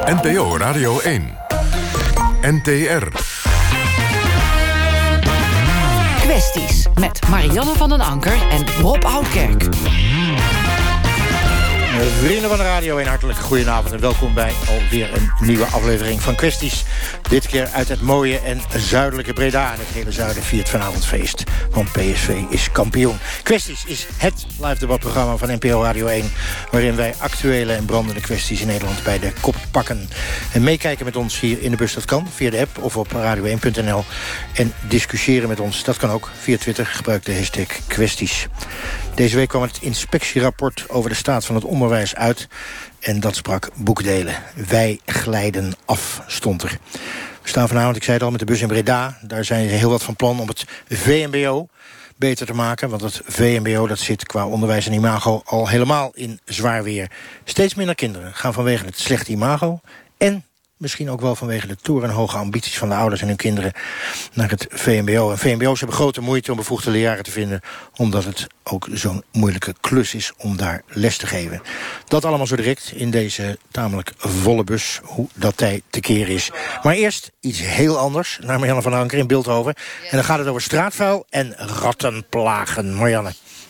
NPO Radio 1. NTR. Kwesties met Marianne van den Anker en Rob Oudkerk. Vrienden van de Radio 1, hartelijk goedenavond en welkom bij alweer een nieuwe aflevering van Kwesties. Dit keer uit het mooie en zuidelijke Breda. En het hele zuiden viert vanavond feest, want PSV is kampioen. Kwesties is het live debatprogramma van NPO Radio 1... waarin wij actuele en brandende kwesties in Nederland bij de kop pakken. En meekijken met ons hier in de bus, dat kan via de app of op radio1.nl. En discussiëren met ons, dat kan ook via Twitter. Gebruik de hashtag kwesties. Deze week kwam het inspectierapport over de staat van het onderwijs uit. En dat sprak boekdelen. Wij glijden af, stond er. We staan vanavond, ik zei het al, met de bus in Breda. Daar zijn ze heel wat van plan om het VMBO beter te maken. Want het VMBO dat zit qua onderwijs en imago al helemaal in zwaar weer. Steeds minder kinderen gaan vanwege het slechte imago en misschien ook wel vanwege de torenhoge ambities van de ouders en hun kinderen naar het VMBO. En VMBO's hebben grote moeite om bevoegde leraren te vinden, omdat het ook zo'n moeilijke klus is om daar les te geven. Dat allemaal zo direct in deze tamelijk volle bus, hoe dat tij te keren is. Maar eerst iets heel anders, naar Marianne van den Anker in Bilthoven. En dan gaat het over straatvuil en rattenplagen. Marianne.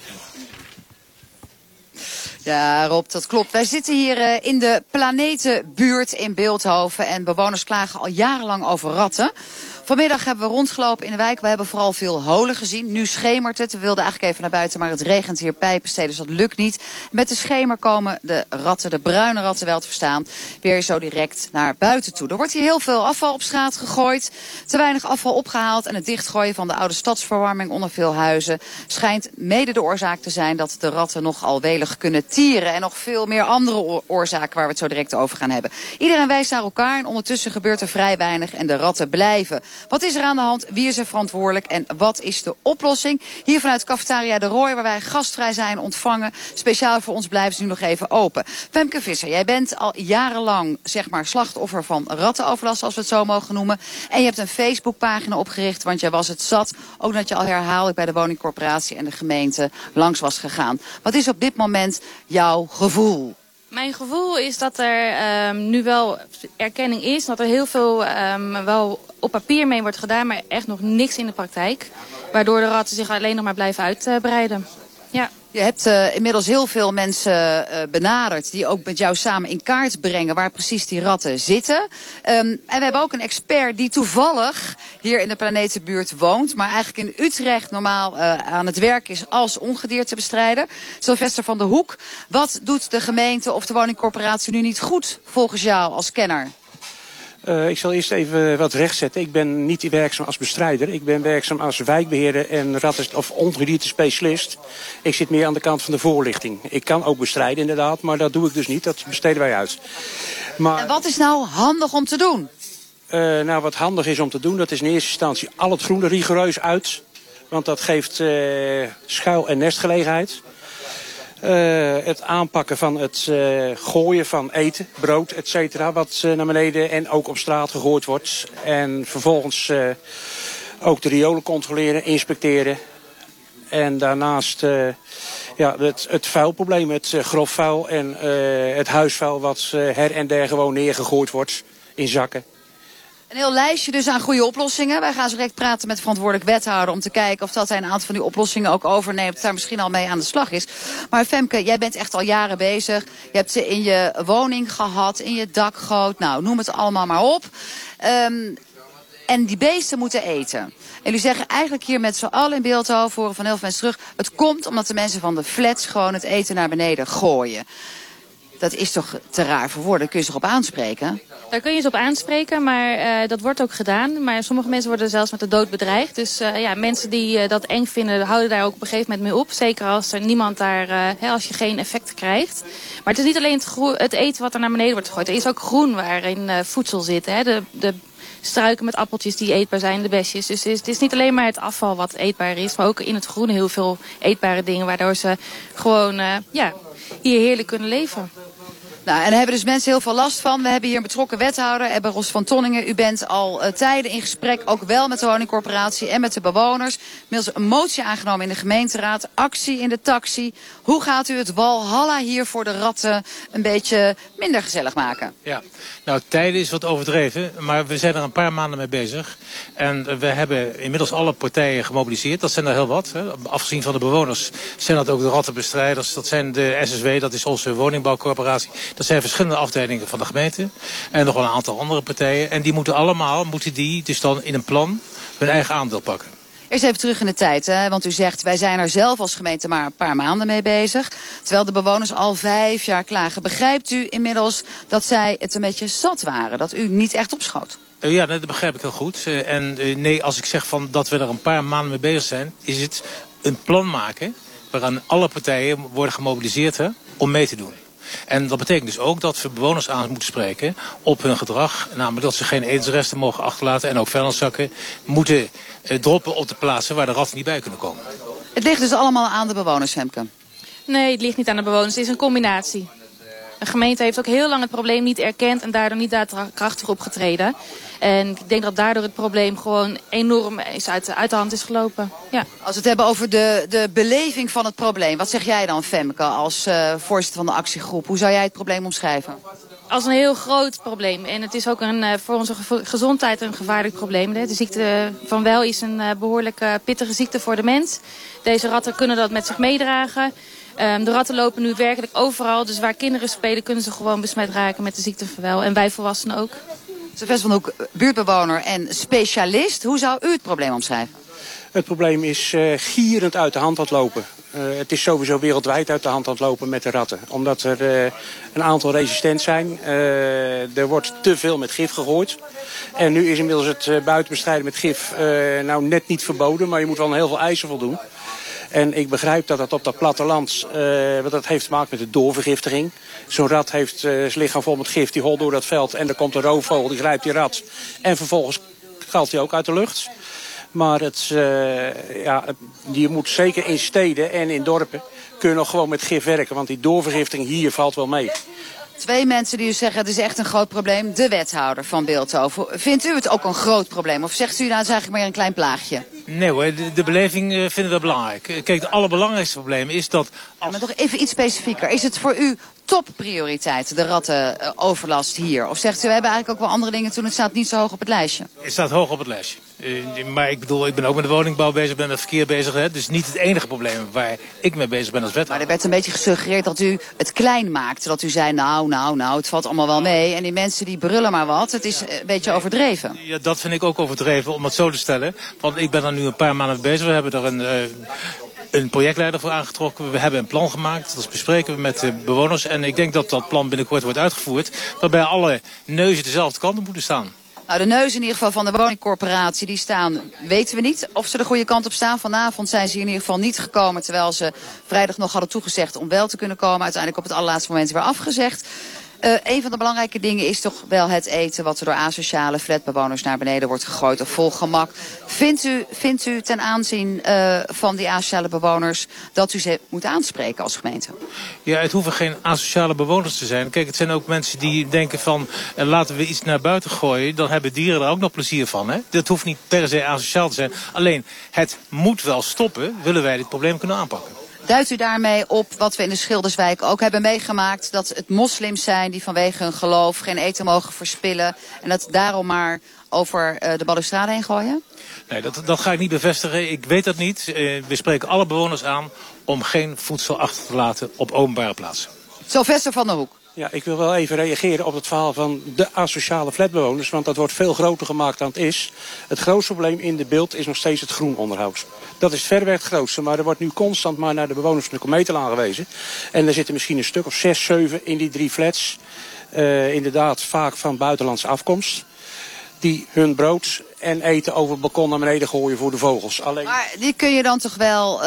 Ja, Rob, dat klopt. Wij zitten hier in de Planetenbuurt in Bilthoven en bewoners klagen al jarenlang over ratten. Vanmiddag hebben we rondgelopen in de wijk. We hebben vooral veel holen gezien. Nu schemert het. We wilden eigenlijk even naar buiten, maar het regent hier pijpenstelen, dus dat lukt niet. Met de schemer komen de ratten, de bruine ratten wel te verstaan, weer zo direct naar buiten toe. Er wordt hier heel veel afval op straat gegooid. Te weinig afval opgehaald en het dichtgooien van de oude stadsverwarming onder veel huizen schijnt mede de oorzaak te zijn dat de ratten nogal welig kunnen tieren. En nog veel meer andere oorzaken waar we het zo direct over gaan hebben. Iedereen wijst naar elkaar en ondertussen gebeurt er vrij weinig en de ratten blijven. Wat is er aan de hand? Wie is er verantwoordelijk? En wat is de oplossing? Hier vanuit Cafetaria de Roy, waar wij gastvrij zijn ontvangen. Speciaal voor ons blijven ze nu nog even open. Femke Visser, jij bent al jarenlang zeg maar slachtoffer van rattenoverlast, als we het zo mogen noemen. En je hebt een Facebookpagina opgericht, want jij was het zat. Ook dat je al herhaaldelijk bij de woningcorporatie en de gemeente langs was gegaan. Wat is op dit moment jouw gevoel? Mijn gevoel is dat er nu wel erkenning is. Dat er heel veel wel op papier mee wordt gedaan, maar echt nog niks in de praktijk. Waardoor de ratten zich alleen nog maar blijven uitbreiden. Ja. Je hebt inmiddels heel veel mensen benaderd die ook met jou samen in kaart brengen waar precies die ratten zitten. En we hebben ook een expert die toevallig hier in de Planetenbuurt woont, maar eigenlijk in Utrecht normaal aan het werk is als ongediertebestrijder. Sylvester van der Hoek, wat doet de gemeente of de woningcorporatie nu niet goed volgens jou als kenner? Ik zal eerst even wat rechtzetten. Ik ben niet werkzaam als bestrijder. Ik ben werkzaam als wijkbeheerder en of ongediertespecialist. Ik zit meer aan de kant van de voorlichting. Ik kan ook bestrijden inderdaad, maar dat doe ik dus niet. Dat besteden wij uit. Maar, en wat is nou handig om te doen? Nou, wat handig is om te doen, dat is in eerste instantie al het groen er rigoureus uit. Want dat geeft schuil- en nestgelegenheid. Het aanpakken van het gooien van eten, brood, et cetera, wat naar beneden en ook op straat gegooid wordt. En vervolgens ook de riolen controleren, inspecteren. En daarnaast het vuilprobleem, het grof vuil en het huisvuil wat her en der gewoon neergegooid wordt in zakken. Een heel lijstje dus aan goede oplossingen. Wij gaan zo direct praten met de verantwoordelijk wethouder om te kijken of dat hij een aantal van die oplossingen ook overneemt, daar misschien al mee aan de slag is. Maar Femke, jij bent echt al jaren bezig. Je hebt ze in je woning gehad, in je dakgoot, nou noem het allemaal maar op. En die beesten moeten eten. En jullie zeggen eigenlijk hier met z'n allen in Bilthoven, horen van heel veel mensen terug, het komt omdat de mensen van de flats gewoon het eten naar beneden gooien. Dat is toch te raar voor woorden? Kun je ze op aanspreken? Daar kun je ze op aanspreken, maar dat wordt ook gedaan. Maar sommige mensen worden zelfs met de dood bedreigd. Dus mensen die dat eng vinden, houden daar ook op een gegeven moment mee op. Zeker als er niemand daar, als je geen effecten krijgt. Maar het is niet alleen het eten wat er naar beneden wordt gegooid. Er is ook groen waarin voedsel zit. Hè? De struiken met appeltjes die eetbaar zijn, de besjes. Dus het is niet alleen maar het afval wat eetbaar is, maar ook in het groen heel veel eetbare dingen. Waardoor ze gewoon hier heerlijk kunnen leven. Nou, en daar hebben dus mensen heel veel last van. We hebben hier een betrokken wethouder, Ebbe Ros van Tonningen. U bent al tijden in gesprek, ook wel met de woningcorporatie en met de bewoners. Inmiddels een motie aangenomen in de gemeenteraad, actie in de taxi. Hoe gaat u het walhalla hier voor de ratten een beetje minder gezellig maken? Ja, nou, tijden is wat overdreven, maar we zijn er een paar maanden mee bezig. En we hebben inmiddels alle partijen gemobiliseerd. Dat zijn er heel wat. Hè. Afgezien van de bewoners zijn dat ook de rattenbestrijders. Dat zijn de SSW, dat is onze woningbouwcorporatie. Dat zijn verschillende afdelingen van de gemeente. En nog wel een aantal andere partijen. En die moeten dus dan in een plan hun eigen aandeel pakken. Eerst even terug in de tijd, hè? Want u zegt, wij zijn er zelf als gemeente maar een paar maanden mee bezig. Terwijl de bewoners al 5 jaar klagen. Begrijpt u inmiddels dat zij het een beetje zat waren? Dat u niet echt opschoot? Ja, dat begrijp ik heel goed. Nee, als ik zeg van dat we er een paar maanden mee bezig zijn, is het een plan maken waaraan alle partijen worden gemobiliseerd om mee te doen. En dat betekent dus ook dat we bewoners aan moeten spreken op hun gedrag. Namelijk dat ze geen etensresten mogen achterlaten en ook vuilniszakken moeten droppen op de plaatsen waar de ratten niet bij kunnen komen. Het ligt dus allemaal aan de bewoners, Femke? Nee, het ligt niet aan de bewoners. Het is een combinatie. De gemeente heeft ook heel lang het probleem niet erkend en daardoor niet daadkrachtig opgetreden. En ik denk dat daardoor het probleem gewoon enorm is uit de hand is gelopen. Ja. Als we het hebben over de beleving van het probleem. Wat zeg jij dan, Femke, als voorzitter van de actiegroep? Hoe zou jij het probleem omschrijven? Als een heel groot probleem. En het is ook voor onze gezondheid een gevaarlijk probleem. De ziekte van Well is een behoorlijk pittige ziekte voor de mens. Deze ratten kunnen dat met zich meedragen. De ratten lopen nu werkelijk overal. Dus waar kinderen spelen kunnen ze gewoon besmet raken met de ziekte van Well. En wij volwassenen ook. Sylvester van Hoek, buurtbewoner en specialist. Hoe zou u het probleem omschrijven? Het probleem is gierend uit de hand aan het lopen. Het is sowieso wereldwijd uit de hand aan het lopen met de ratten. Omdat er een aantal resistent zijn. Er wordt te veel met gif gegooid. En nu is inmiddels het buitenbestrijden met gif nou net niet verboden. Maar je moet wel heel veel eisen voldoen. En ik begrijp dat op dat platteland, want dat heeft te maken met de doorvergiftiging. Zo'n rat heeft zijn lichaam vol met gif, die holt door dat veld en er komt een roofvogel, die grijpt die rat. En vervolgens valt hij ook uit de lucht. Maar je moet zeker in steden en in dorpen kunnen nog gewoon met gif werken. Want die doorvergiftiging hier valt wel mee. 2 mensen die u zeggen het is echt een groot probleem. De wethouder van Bilthoven. Vindt u het ook een groot probleem? Of zegt u nou het is eigenlijk maar een klein plaagje? Nee hoor, de beleving vinden we belangrijk. Kijk, het allerbelangrijkste probleem is dat... Ja, maar toch even iets specifieker. Is het voor u topprioriteit, de rattenoverlast hier? Of zegt u, we hebben eigenlijk ook wel andere dingen toen het staat niet zo hoog op het lijstje? Het staat hoog op het lijstje. Maar ik bedoel, ik ben ook met de woningbouw bezig, ik ben met het verkeer bezig. Hè? Dus niet het enige probleem waar ik mee bezig ben als wethouder. Maar er werd een beetje gesuggereerd dat u het klein maakte. Dat u zei, nou, het valt allemaal wel mee. En die mensen die brullen maar wat. Het is een beetje overdreven. Ja, dat vind ik ook overdreven, om het zo te stellen. Want ik ben er nu een paar maanden mee bezig. We hebben er een projectleider voor aangetrokken. We hebben een plan gemaakt. Dat bespreken we met de bewoners. En ik denk dat dat plan binnenkort wordt uitgevoerd. Waarbij alle neuzen dezelfde kant op moeten staan. Nou, de neuzen in ieder geval van de woningcorporatie, die staan, weten we niet of ze de goede kant op staan. Vanavond zijn ze in ieder geval niet gekomen, terwijl ze vrijdag nog hadden toegezegd om wel te kunnen komen. Uiteindelijk op het allerlaatste moment weer afgezegd. Een van de belangrijke dingen is toch wel het eten wat er door asociale flatbewoners naar beneden wordt gegooid op vol gemak. Vindt u ten aanzien van die asociale bewoners dat u ze moet aanspreken als gemeente? Ja, het hoeven geen asociale bewoners te zijn. Kijk, het zijn ook mensen die denken van laten we iets naar buiten gooien. Dan hebben dieren er ook nog plezier van. Hè? Dat hoeft niet per se asociaal te zijn. Alleen, het moet wel stoppen, willen wij dit probleem kunnen aanpakken. Duidt u daarmee op wat we in de Schilderswijk ook hebben meegemaakt? Dat het moslims zijn die vanwege hun geloof geen eten mogen verspillen. En dat daarom maar over de balustrade heen gooien? Nee, dat ga ik niet bevestigen. Ik weet dat niet. We spreken alle bewoners aan om geen voedsel achter te laten op openbare plaatsen. Sylvester van der Hoek. Ja, ik wil wel even reageren op het verhaal van de asociale flatbewoners. Want dat wordt veel groter gemaakt dan het is. Het grootste probleem in de beeld is nog steeds het groenonderhoud. Dat is verreweg het grootste, maar er wordt nu constant maar naar de bewoners van de Kometel aangewezen. En er zitten misschien een stuk of 6, 7 in die 3 flats. Inderdaad vaak van buitenlandse afkomst. Die hun brood en eten over het balkon naar beneden gooien voor de vogels. Alleen... Maar die kun je dan toch wel,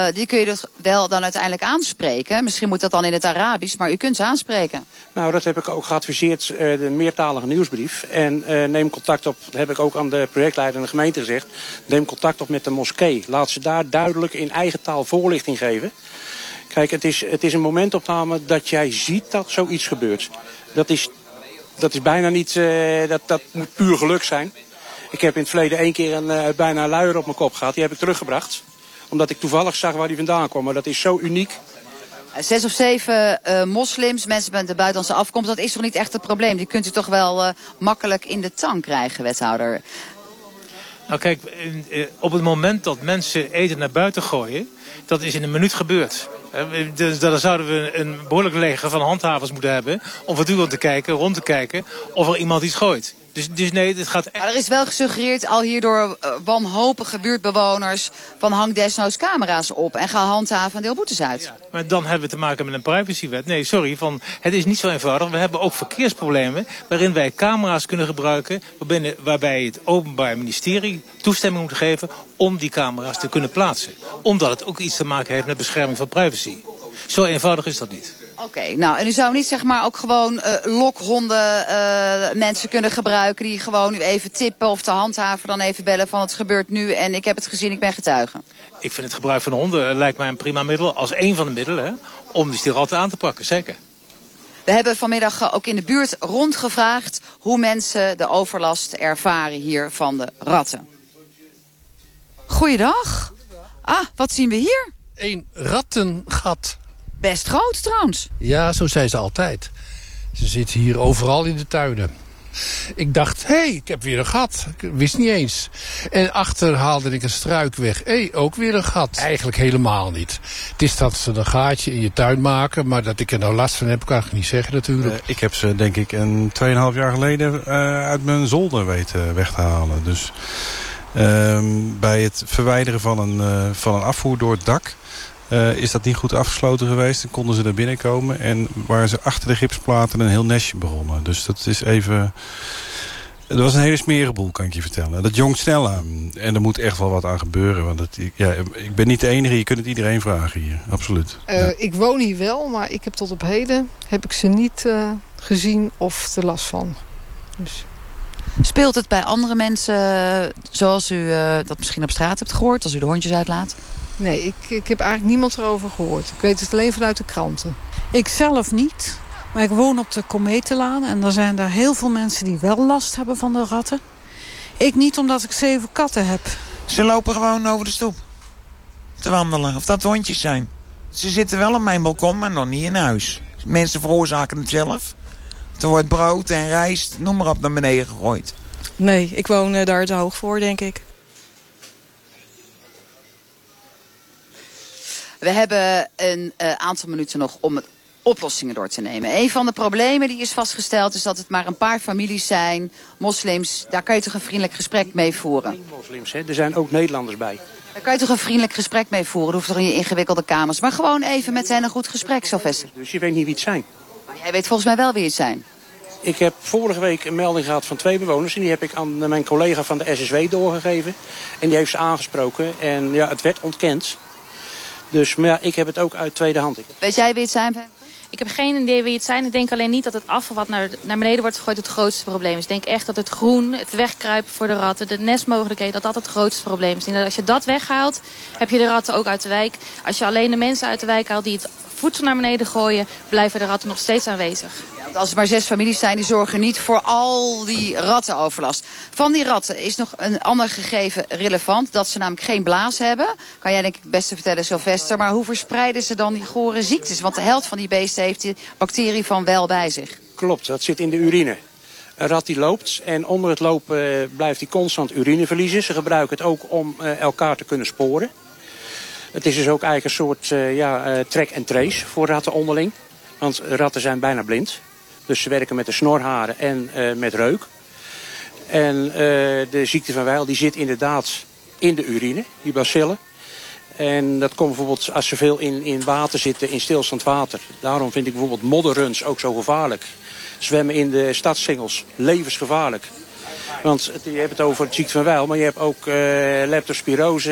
dan uiteindelijk aanspreken? Misschien moet dat dan in het Arabisch, maar u kunt ze aanspreken. Nou, dat heb ik ook geadviseerd, de meertalige nieuwsbrief. En neem contact op, dat heb ik ook aan de projectleider en de gemeente gezegd. Neem contact op met de moskee. Laat ze daar duidelijk in eigen taal voorlichting geven. Kijk, het is een momentopname dat jij ziet dat zoiets gebeurt. Dat is bijna niet... Dat moet puur geluk zijn. Ik heb in het verleden 1 keer bijna een luier op mijn kop gehad. Die heb ik teruggebracht. Omdat ik toevallig zag waar die vandaan kwam. Maar dat is zo uniek. 6 of 7 moslims, mensen met de buitenlandse afkomst, dat is toch niet echt het probleem? Die kunt u toch wel makkelijk in de tang krijgen, wethouder? Nou kijk, op het moment dat mensen eten naar buiten gooien, dat is in een minuut gebeurd. Dus daar zouden we een behoorlijk leger van handhavers moeten hebben om voortdurend te kijken, rond te kijken of er iemand iets gooit. Dus nee, dit gaat echt... Maar er is wel gesuggereerd al hier door wanhopige buurtbewoners van hang desnoods camera's op en ga handhaven en deel boetes uit. Ja, maar dan hebben we te maken met een privacywet. Nee, sorry, het is niet zo eenvoudig. We hebben ook verkeersproblemen waarin wij camera's kunnen gebruiken, waarbij het Openbaar Ministerie toestemming moet geven om die camera's te kunnen plaatsen. Omdat het ook iets te maken heeft met bescherming van privacy. Zo eenvoudig is dat niet. Oké, nou en u zou niet zeg maar ook gewoon lokhonden mensen kunnen gebruiken die gewoon u even tippen of de handhaver dan even bellen van het gebeurt nu en ik heb het gezien, ik ben getuige. Ik vind het gebruik van honden lijkt mij een prima middel, als één van de middelen, hè, om die stilratten aan te pakken, zeker. We hebben vanmiddag ook in de buurt rondgevraagd hoe mensen de overlast ervaren hier van de ratten. Goeiedag. Ah, wat zien we hier? Een rattengat. Best groot trouwens. Ja, zo zijn ze altijd. Ze zitten hier overal in de tuinen. Ik dacht, hé, ik heb weer een gat. Ik wist niet eens. En achter haalde ik een struik weg. Ook weer een gat. Eigenlijk helemaal niet. Het is dat ze een gaatje in je tuin maken. Maar dat ik er nou last van heb, kan ik niet zeggen natuurlijk. Ik heb ze denk ik 2,5 jaar geleden uit mijn zolder weten weg te halen. Dus bij het verwijderen van een afvoer door het dak is dat niet goed afgesloten geweest. Dan konden ze er binnenkomen en waren ze achter de gipsplaten een heel nestje begonnen. Dus dat is even... Het was een hele smerige boel, kan ik je vertellen. Dat jongt snel aan. En er moet echt wel wat aan gebeuren. Want ik ben niet de enige, je kunt het iedereen vragen hier. Absoluut. Ik woon hier wel, maar ik heb tot op heden heb ik ze niet gezien of er last van. Dus... Speelt het bij andere mensen zoals u dat misschien op straat hebt gehoord, als u de hondjes uitlaat? Nee, ik heb eigenlijk niemand erover gehoord. Ik weet het alleen vanuit de kranten. Ik zelf niet, maar ik woon op de Kometenlaan en er zijn daar heel veel mensen die wel last hebben van de ratten. Ik niet, omdat ik 7 katten heb. Ze lopen gewoon over de stoep te wandelen, of dat hondjes zijn. Ze zitten wel op mijn balkon, maar nog niet in huis. Mensen veroorzaken het zelf. Er wordt brood en rijst, noem maar op, naar beneden gegooid. Nee, ik woon daar te hoog voor, denk ik. We hebben een aantal minuten nog om oplossingen door te nemen. Een van de problemen die is vastgesteld is dat het maar een paar families zijn, moslims. Daar kan je toch een vriendelijk gesprek mee voeren? Niet moslims, hè? Er zijn ook Nederlanders bij. Daar kan je toch een vriendelijk gesprek mee voeren? Dat hoeft toch in je ingewikkelde kamers. Maar gewoon even met hen een goed gesprek, Sylvester. Dus je weet niet wie het zijn. Maar jij weet volgens mij wel wie het zijn. Ik heb vorige week een melding gehad van 2 bewoners. En die heb ik aan mijn collega van de SSW doorgegeven. En die heeft ze aangesproken. En ja, het werd ontkend. Dus maar ja, ik heb het ook uit tweede hand. Weet jij wie het zijn? Ik heb geen idee wie het zijn. Ik denk alleen niet dat het afval wat naar beneden wordt gegooid het grootste probleem is. Ik denk echt dat het groen, het wegkruipen voor de ratten, de nestmogelijkheden, dat het grootste probleem is. En als je dat weghaalt, heb je de ratten ook uit de wijk. Als je alleen de mensen uit de wijk haalt die het voedsel naar beneden gooien, blijven de ratten nog steeds aanwezig. Ja, want als er maar 6 families zijn, die zorgen niet voor al die rattenoverlast. Van die ratten is nog een ander gegeven relevant, dat ze namelijk geen blaas hebben. Kan jij denk ik het beste vertellen, Sylvester. Maar hoe verspreiden ze dan die gore ziektes? Want de helft van die beesten heeft die bacterie van wel bij zich. Klopt, dat zit in de urine. Een rat die loopt en onder het lopen blijft hij constant urine verliezen. Ze gebruiken het ook om elkaar te kunnen sporen. Het is dus ook eigenlijk een soort track and trace voor ratten onderling. Want ratten zijn bijna blind. Dus ze werken met de snorharen en met reuk. En de ziekte van Weil die zit inderdaad in de urine, die bacillen. En dat komt bijvoorbeeld als ze veel in water zitten, in stilstand water. Daarom vind ik bijvoorbeeld modderruns ook zo gevaarlijk. Zwemmen in de stadssingels, levensgevaarlijk. Want je hebt het over het ziekte van Weil, maar je hebt ook leptospirose.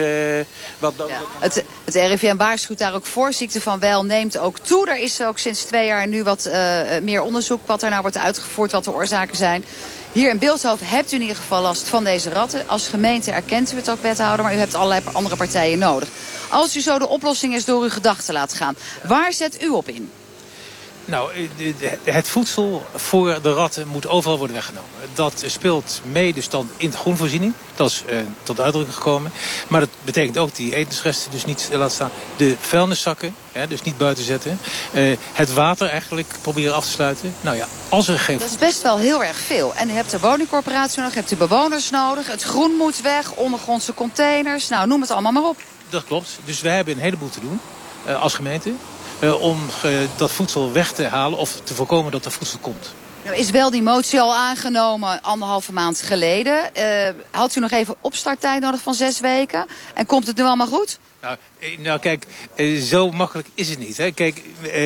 Het RIVM waarschuwt daar ook voor. Ziekte van Weil neemt ook toe. Er is ook sinds 2 jaar nu wat meer onderzoek wat er nou wordt uitgevoerd, wat de oorzaken zijn. Hier in Bilthoven hebt u in ieder geval last van deze ratten. Als gemeente erkent u het ook, wethouder, maar u hebt allerlei andere partijen nodig. Als u zo de oplossing is door uw gedachten laat gaan, waar zet u op in? Nou, het voedsel voor de ratten moet overal worden weggenomen. Dat speelt mee dus dan in de groenvoorziening. Dat is tot uitdrukking gekomen. Maar dat betekent ook die etensresten dus niet laten staan. De vuilniszakken, dus niet buiten zetten. Het water eigenlijk proberen af te sluiten. Nou ja, als er geen... Dat is best wel heel erg veel. En u hebt de woningcorporatie nodig, u hebt de bewoners nodig. Het groen moet weg, ondergrondse containers. Nou, noem het allemaal maar op. Dat klopt. Dus wij hebben een heleboel te doen als gemeente. Om dat voedsel weg te halen of te voorkomen dat er voedsel komt. Nou is wel die motie al aangenomen 1,5 maand geleden. Had u nog even opstarttijd nodig van 6 weken? En komt het nu allemaal goed? Nou kijk, zo makkelijk is het niet. Hè. Kijk,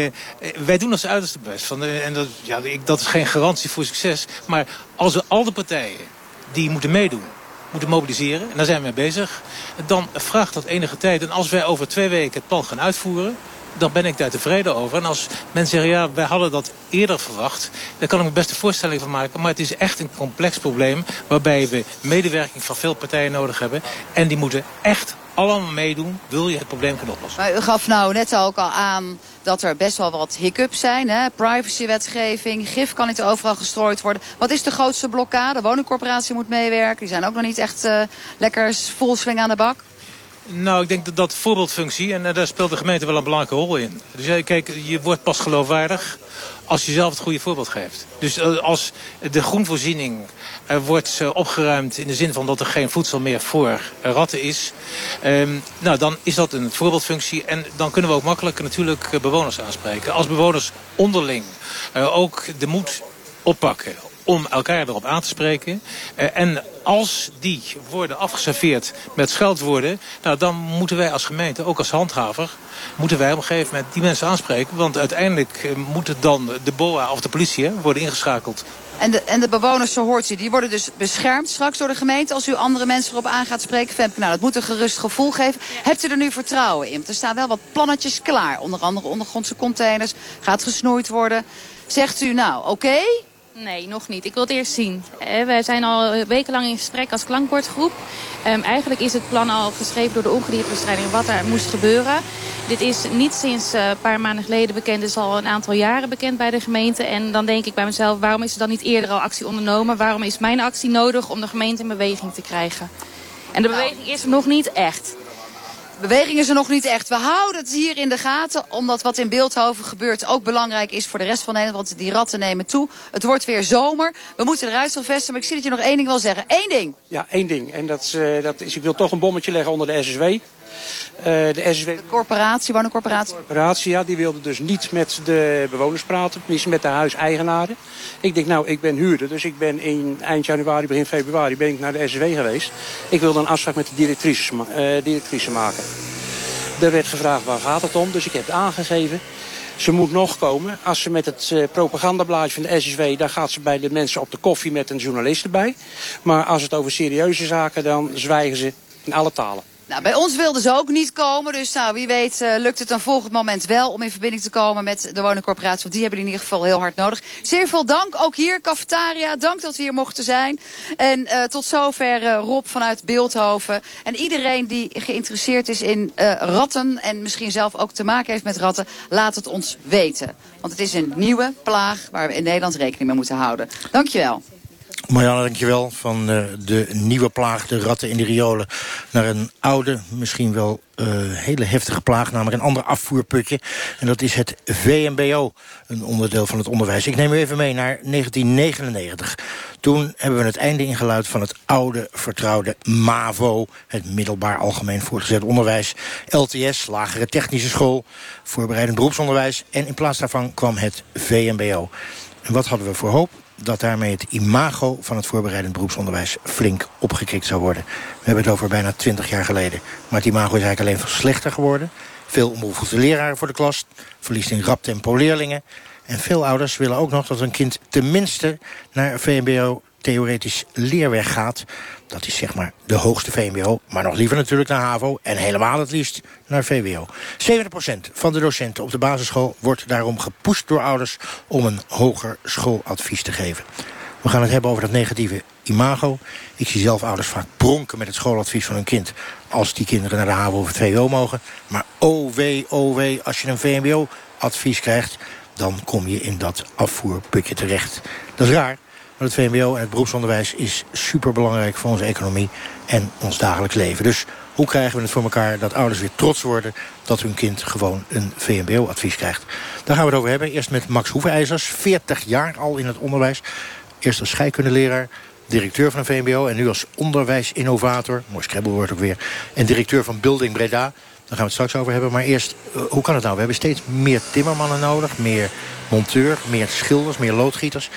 wij doen ons uiterste best. En dat is geen garantie voor succes. Maar als we al de partijen die moeten meedoen, moeten mobiliseren, en daar zijn we mee bezig, dan vraagt dat enige tijd. En als wij over 2 weken het plan gaan uitvoeren, dan ben ik daar tevreden over. En als mensen zeggen, ja, wij hadden dat eerder verwacht, daar kan ik me best een voorstelling van maken. Maar het is echt een complex probleem waarbij we medewerking van veel partijen nodig hebben. En die moeten echt allemaal meedoen, wil je het probleem kunnen oplossen. Maar u gaf nou net ook al aan dat er best wel wat hiccups zijn. Hè? Privacywetgeving, gif kan niet overal gestrooid worden. Wat is de grootste blokkade? De woningcorporatie moet meewerken. Die zijn ook nog niet echt lekker vol swing aan de bak. Nou, ik denk dat voorbeeldfunctie, en daar speelt de gemeente wel een belangrijke rol in. Dus kijk, je wordt pas geloofwaardig als je zelf het goede voorbeeld geeft. Dus als de groenvoorziening wordt opgeruimd in de zin van dat er geen voedsel meer voor ratten is, nou, dan is dat een voorbeeldfunctie. En dan kunnen we ook makkelijk natuurlijk bewoners aanspreken. Als bewoners onderling ook de moed oppakken om elkaar erop aan te spreken. En als die worden afgeserveerd met scheldwoorden, nou, dan moeten wij als gemeente, ook als handhaver, moeten wij op een gegeven moment die mensen aanspreken. Want uiteindelijk moet het dan de BOA of de politie worden ingeschakeld. En de bewoners, zo hoort u, die worden dus beschermd straks door de gemeente als u andere mensen erop aan gaat spreken. Femke, nou, dat moet een gerust gevoel geven. Ja. Hebt u er nu vertrouwen in? Want er staan wel wat plannetjes klaar. Onder andere ondergrondse containers, gaat gesnoeid worden. Zegt u nou, oké? Nee, nog niet. Ik wil het eerst zien. Wij zijn al wekenlang in gesprek als klankbordgroep. Eigenlijk is het plan al geschreven door de ongediertebestrijding wat er moest gebeuren. Dit is niet sinds een paar maanden geleden bekend. Het is al een aantal jaren bekend bij de gemeente. En dan denk ik bij mezelf, waarom is er dan niet eerder al actie ondernomen? Waarom is mijn actie nodig om de gemeente in beweging te krijgen? En de beweging is er nog niet echt. Beweging is er nog niet echt. We houden het hier in de gaten, omdat wat in Bilthoven gebeurt ook belangrijk is voor de rest van Nederland. Want die ratten nemen toe. Het wordt weer zomer. We moeten eruit vesten, maar ik zie dat je nog 1 ding wil zeggen. 1 ding. Ja, 1 ding. En dat is, ik wil toch een bommetje leggen onder de SSW. De corporatie, woningcorporatie. De corporatie, ja, die wilde dus niet met de bewoners praten, tenminste met de huiseigenaren. Ik denk, nou, ik ben huurder, dus ik ben eind januari, begin februari ben ik naar de SSW geweest. Ik wilde een afspraak met de directrice maken. Er werd gevraagd, waar gaat het om? Dus ik heb het aangegeven. Ze moet nog komen. Als ze met het propagandablaadje van de SSW, dan gaat ze bij de mensen op de koffie met een journalist erbij. Maar als het over serieuze zaken, dan zwijgen ze in alle talen. Nou, bij ons wilden ze ook niet komen, dus nou, wie weet lukt het een volgend moment wel om in verbinding te komen met de woningcorporatie. Want die hebben in ieder geval heel hard nodig. Zeer veel dank, ook hier, cafetaria. Dank dat we hier mochten zijn. En tot zover Rob vanuit Bilthoven. En iedereen die geïnteresseerd is in ratten en misschien zelf ook te maken heeft met ratten, laat het ons weten. Want het is een nieuwe plaag waar we in Nederland rekening mee moeten houden. Dankjewel. Marianne, dankjewel. Van de nieuwe plaag, de ratten in de riolen, naar een oude, misschien wel hele heftige plaag, namelijk een ander afvoerputje. En dat is het VMBO, een onderdeel van het onderwijs. Ik neem u even mee naar 1999. Toen hebben we het einde ingeluid van het oude, vertrouwde MAVO, het middelbaar algemeen voortgezet onderwijs. LTS, lagere technische school, voorbereidend beroepsonderwijs. En in plaats daarvan kwam het VMBO. En wat hadden we voor hoop? Dat daarmee het imago van het voorbereidend beroepsonderwijs flink opgekrikt zou worden. We hebben het over bijna 20 jaar geleden. Maar het imago is eigenlijk alleen veel slechter geworden. Veel onbehoefde leraren voor de klas, verliest in rap tempo leerlingen. En veel ouders willen ook nog dat hun kind tenminste naar VMBO theoretisch leerweg gaat. Dat is zeg maar de hoogste VMBO, maar nog liever natuurlijk naar HAVO... en helemaal het liefst naar VWO. 70% van de docenten op de basisschool wordt daarom gepusht door ouders... om een hoger schooladvies te geven. We gaan het hebben over dat negatieve imago. Ik zie zelf ouders vaak pronken met het schooladvies van hun kind... als die kinderen naar de HAVO of het VWO mogen. Maar oh wee, als je een VMBO-advies krijgt... dan kom je in dat afvoerputje terecht. Dat is raar, want het VMBO en het beroepsonderwijs... is superbelangrijk voor onze economie en ons dagelijks leven. Dus hoe krijgen we het voor elkaar dat ouders weer trots worden... dat hun kind gewoon een VMBO-advies krijgt? Daar gaan we het over hebben. Eerst met Max Hoevenijzers, 40 jaar al in het onderwijs... Eerst als scheikundeleraar, directeur van een VMBO... en nu als onderwijsinnovator, mooi scrabblewoord ook weer... en directeur van Building Breda. Daar gaan we het straks over hebben. Maar eerst, hoe kan het nou? We hebben steeds meer timmermannen nodig... meer monteur, meer schilders, meer loodgieters.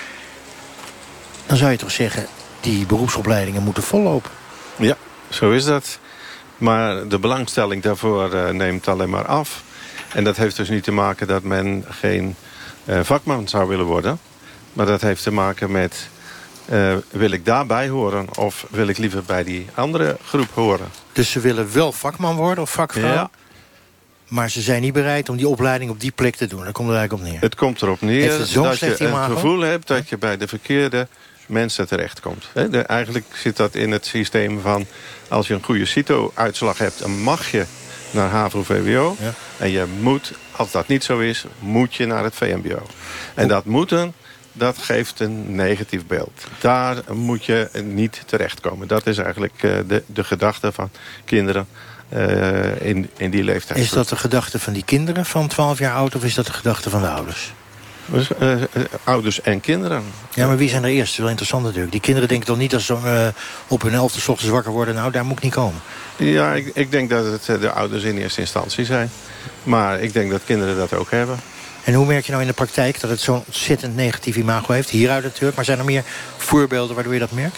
Dan zou je toch zeggen, die beroepsopleidingen moeten vollopen? Ja, zo is dat. Maar de belangstelling daarvoor neemt alleen maar af. En dat heeft dus niet te maken dat men geen vakman zou willen worden... Maar dat heeft te maken met, wil ik daarbij horen... of wil ik liever bij die andere groep horen? Dus ze willen wel vakman worden of vakvrouw? Ja. Maar ze zijn niet bereid om die opleiding op die plek te doen. Daar komt het eigenlijk op neer. Het komt erop neer dat je een gevoel hebt... dat je bij de verkeerde mensen terechtkomt. Eigenlijk zit dat in het systeem van... als je een goede CITO-uitslag hebt... dan mag je naar HAVO-VWO. Ja. En je moet, als dat niet zo is... moet je naar het VMBO. En dat moeten... dat geeft een negatief beeld. Daar moet je niet terechtkomen. Dat is eigenlijk de gedachte van kinderen in die leeftijd. Is dat de gedachte van die kinderen van 12 jaar oud... of is dat de gedachte van de ouders? Dus, ouders en kinderen. Ja, maar wie zijn er eerst? Dat is wel interessant natuurlijk. Die kinderen denken toch niet als ze op hun 11e 's ochtends wakker worden... nou, daar moet ik niet komen. Ja, ik denk dat het de ouders in eerste instantie zijn. Maar ik denk dat kinderen dat ook hebben. En hoe merk je nou in de praktijk dat het zo'n ontzettend negatief imago heeft? Hieruit natuurlijk, maar zijn er meer voorbeelden waardoor je dat merkt?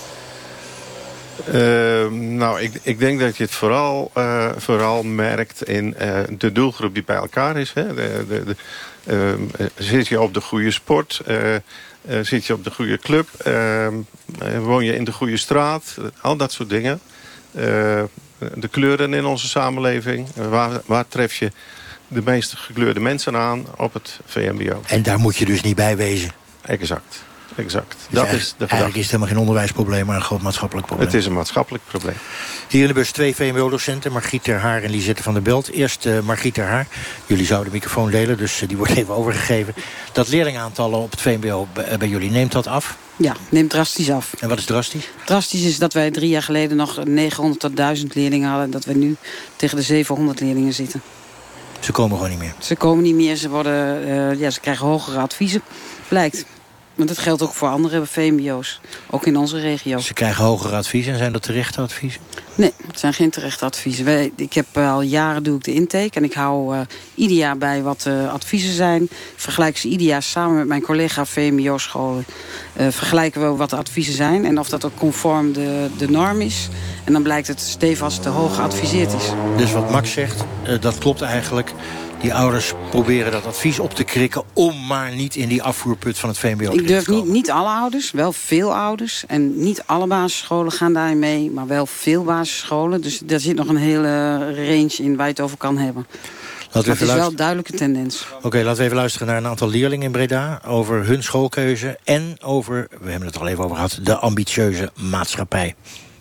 Nou, ik denk dat je het vooral merkt in de doelgroep die bij elkaar is. Hè? Zit je op de goede sport? Zit je op de goede club? Woon je in de goede straat? Al dat soort dingen. De kleuren in onze samenleving. Waar tref je de meest gekleurde mensen aan op het VMBO? En daar moet je dus niet bij wezen? Exact. Dus dat is de gedachte. Eigenlijk is het helemaal geen onderwijsprobleem, maar een groot maatschappelijk probleem. Het is een maatschappelijk probleem. Hier in de bus 2 VMBO-docenten, Margriet ter Haar en Lisette van der Belt. Eerst Margriet ter Haar. Jullie zouden de microfoon delen, dus die wordt even overgegeven. Dat leerlingaantallen op het VMBO bij jullie, neemt dat af? Ja, neemt drastisch af. En wat is drastisch? Drastisch is dat wij 3 jaar geleden nog 900 tot 1000 leerlingen hadden. Dat we nu tegen de 700 leerlingen zitten. Ze komen gewoon niet meer? Ze komen niet meer, ze krijgen hogere adviezen, blijkt. Want dat geldt ook voor andere VMBO's, ook in onze regio. Ze krijgen hogere adviezen en zijn dat terechte adviezen? Nee, het zijn geen terechte adviezen. Ik heb al jaren doe ik de intake en ik hou ieder jaar bij wat de adviezen zijn. Vergelijk ze ieder jaar samen met mijn collega VMBO-scholen. Vergelijken we wat de adviezen zijn en of dat ook conform de norm is. En dan blijkt het stevast te hoog geadviseerd is. Dus wat Max zegt, dat klopt eigenlijk. Die ouders proberen dat advies op te krikken om maar niet in die afvoerput van het VMBO te Ik durf niet alle ouders, wel veel ouders. En niet alle basisscholen gaan daarin mee, maar wel veel basisscholen. Dus daar zit nog een hele range in waar je het over kan hebben. Dat is wel een duidelijke tendens. Oké, laten we even luisteren naar een aantal leerlingen in Breda over hun schoolkeuze en over, we hebben het al even over gehad, de ambitieuze maatschappij.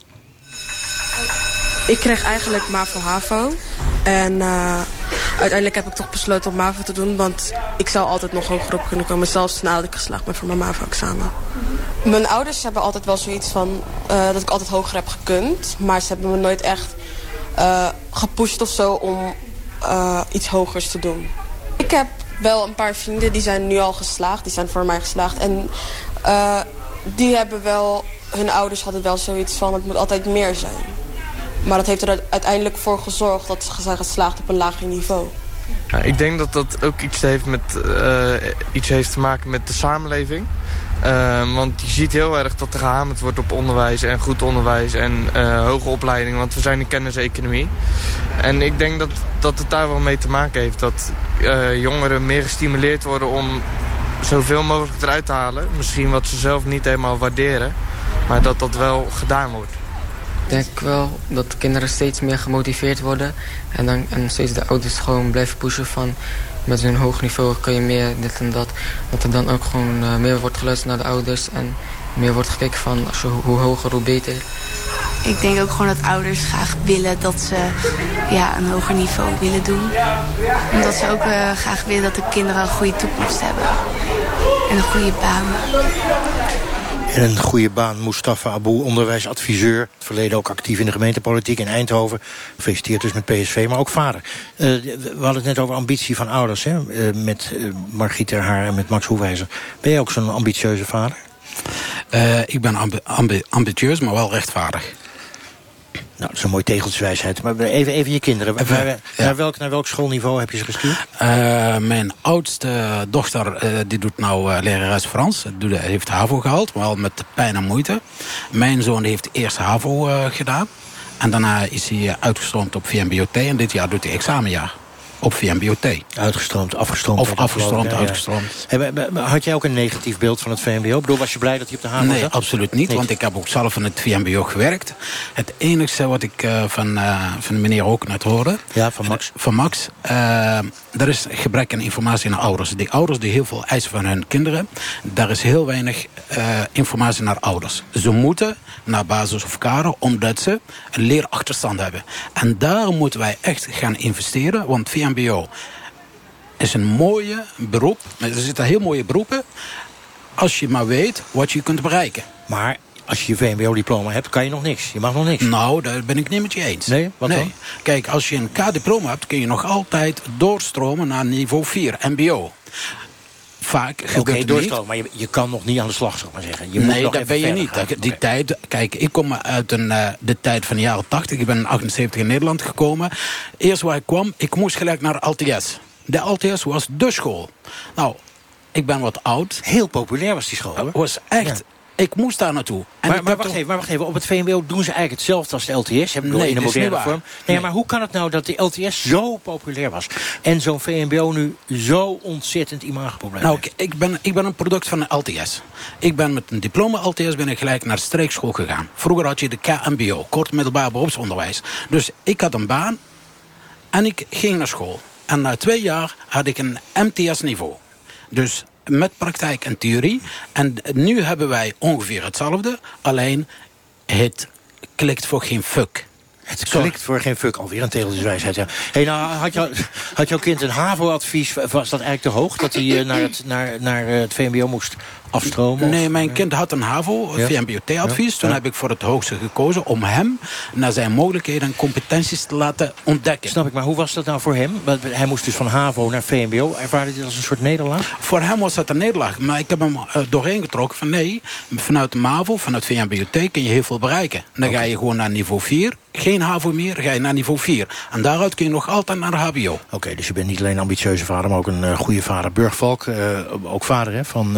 Ik kreeg eigenlijk MAVO-HAVO. En uiteindelijk heb ik toch besloten om MAVO te doen. Want ik zou altijd nog hoger op kunnen komen. Zelfs nadat ik geslaagd ben voor mijn MAVO-examen. Mijn ouders hebben altijd wel zoiets van dat ik altijd hoger heb gekund. Maar ze hebben me nooit echt gepusht of zo om iets hogers te doen. Ik heb wel een paar vrienden die zijn nu al geslaagd. Die zijn voor mij geslaagd. En die hebben wel, hun ouders hadden wel zoiets van het moet altijd meer zijn. Maar dat heeft er uiteindelijk voor gezorgd dat ze zijn geslaagd op een lager niveau. Ja, ik denk dat dat ook iets heeft te maken met de samenleving. Want je ziet heel erg dat er gehamerd wordt op onderwijs en goed onderwijs en hoge opleiding. Want we zijn in kenniseconomie. En ik denk dat het daar wel mee te maken heeft. Dat jongeren meer gestimuleerd worden om zoveel mogelijk eruit te halen. Misschien wat ze zelf niet helemaal waarderen. Maar dat dat wel gedaan wordt. Ik denk wel dat de kinderen steeds meer gemotiveerd worden. En steeds de ouders gewoon blijven pushen van... met zo'n hoog niveau kun je meer dit en dat. Dat er dan ook gewoon meer wordt geluisterd naar de ouders. En meer wordt gekeken van hoe hoger, hoe beter. Ik denk ook gewoon dat ouders graag willen dat ze een hoger niveau willen doen. Omdat ze ook graag willen dat de kinderen een goede toekomst hebben. En een goede baan. En een goede baan, Mustafa Abou, onderwijsadviseur. Het verleden ook actief in de gemeentepolitiek in Eindhoven. Gefeliciteerd dus met PSV, maar ook vader. We hadden het net over ambitie van ouders, hè? Met Margriet ter Haar en met Max Hoewijzer. Ben jij ook zo'n ambitieuze vader? Ik ben ambitieus, maar wel rechtvaardig. Nou, dat is een mooie tegeltjeswijsheid. Maar even je kinderen. Naar welk schoolniveau heb je ze gestuurd? Mijn oudste dochter die doet nou lerares Frans. Heeft HAVO gehaald, maar wel met pijn en moeite. Mijn zoon heeft eerst HAVO gedaan. En daarna is hij uitgestroomd op VMBO-T. En dit jaar doet hij examenjaar op VMBO-T. Uitgestroomd, afgestroomd. Of afgestroomd, uitgestroomd. Had jij ook een negatief beeld van het VMBO? Ik bedoel, was je blij dat hij op de HAVO zat? Nee, absoluut niet. Want ik heb ook zelf in het VMBO gewerkt. Het enige wat ik van de meneer ook net hoorde... Ja, van Max. Van Max. Er is gebrek aan informatie naar ouders. Die ouders die heel veel eisen van hun kinderen. Daar is heel weinig informatie naar ouders. Ze moeten naar basis of kader, omdat ze een leerachterstand hebben. En daar moeten wij echt gaan investeren. Want VMBO is een mooie beroep. Er zitten heel mooie beroepen. Als je maar weet wat je kunt bereiken. Maar als je je VMBO-diploma hebt, kan je nog niks. Je mag nog niks. Nou, daar ben ik niet met je eens. Nee? Wat dan? Kijk, als je een K-diploma hebt, kun je nog altijd doorstromen naar niveau 4, MBO. Vaak gebeurt doorstromen, maar je kan nog niet aan de slag, zal ik maar zeggen. Nee, dat ben je niet. Die tijd, kijk, ik kom uit de tijd van de jaren 80. Ik ben in 78 in Nederland gekomen. Eerst waar ik kwam, ik moest gelijk naar LTS. De LTS was de school. Nou, ik ben wat oud. Heel populair was die school, hoor. Was echt... Ja. Ik moest daar naartoe. En maar wacht even. Op het VMBO doen ze eigenlijk hetzelfde als de LTS. Nee, in de moderne vorm. Nee, maar hoe kan het nou dat de LTS zo populair was? En zo'n VMBO nu zo ontzettend imagoprobleem heeft? Nou, ik ben een product van de LTS. Ik ben met een diploma LTS ben ik gelijk naar de streekschool gegaan. Vroeger had je de KMBO, kort middelbaar beroepsonderwijs. Dus ik had een baan en ik ging naar school. En na 2 jaar had ik een MTS-niveau. Dus met praktijk en theorie. En nu hebben wij ongeveer hetzelfde. Alleen, het klikt voor geen fuck. Het klikt voor geen fuck. Alweer een tegeltjeswijsheid, ja. Hey, nou, had jouw kind een HAVO-advies? Was dat eigenlijk te hoog? Dat hij naar het VMBO moest afstromen? Nee, mijn kind had een HAVO, VMBO-T-advies. Toen heb ik voor het hoogste gekozen om hem naar zijn mogelijkheden en competenties te laten ontdekken. Snap ik, maar hoe was dat nou voor hem? Hij moest dus van HAVO naar VMBO. Ervaarde hij dat als een soort nederlaag? Voor hem was dat een nederlaag. Maar ik heb hem doorheen getrokken van nee, vanuit de MAVO, vanuit VMBO-T kun je heel veel bereiken. Dan ga je gewoon naar niveau 4. Geen HAVO meer, ga je naar niveau 4. En daaruit kun je nog altijd naar de HBO. Oké, dus je bent niet alleen een ambitieuze vader, maar ook een goede vader. Burgvalk, ook vader hè, van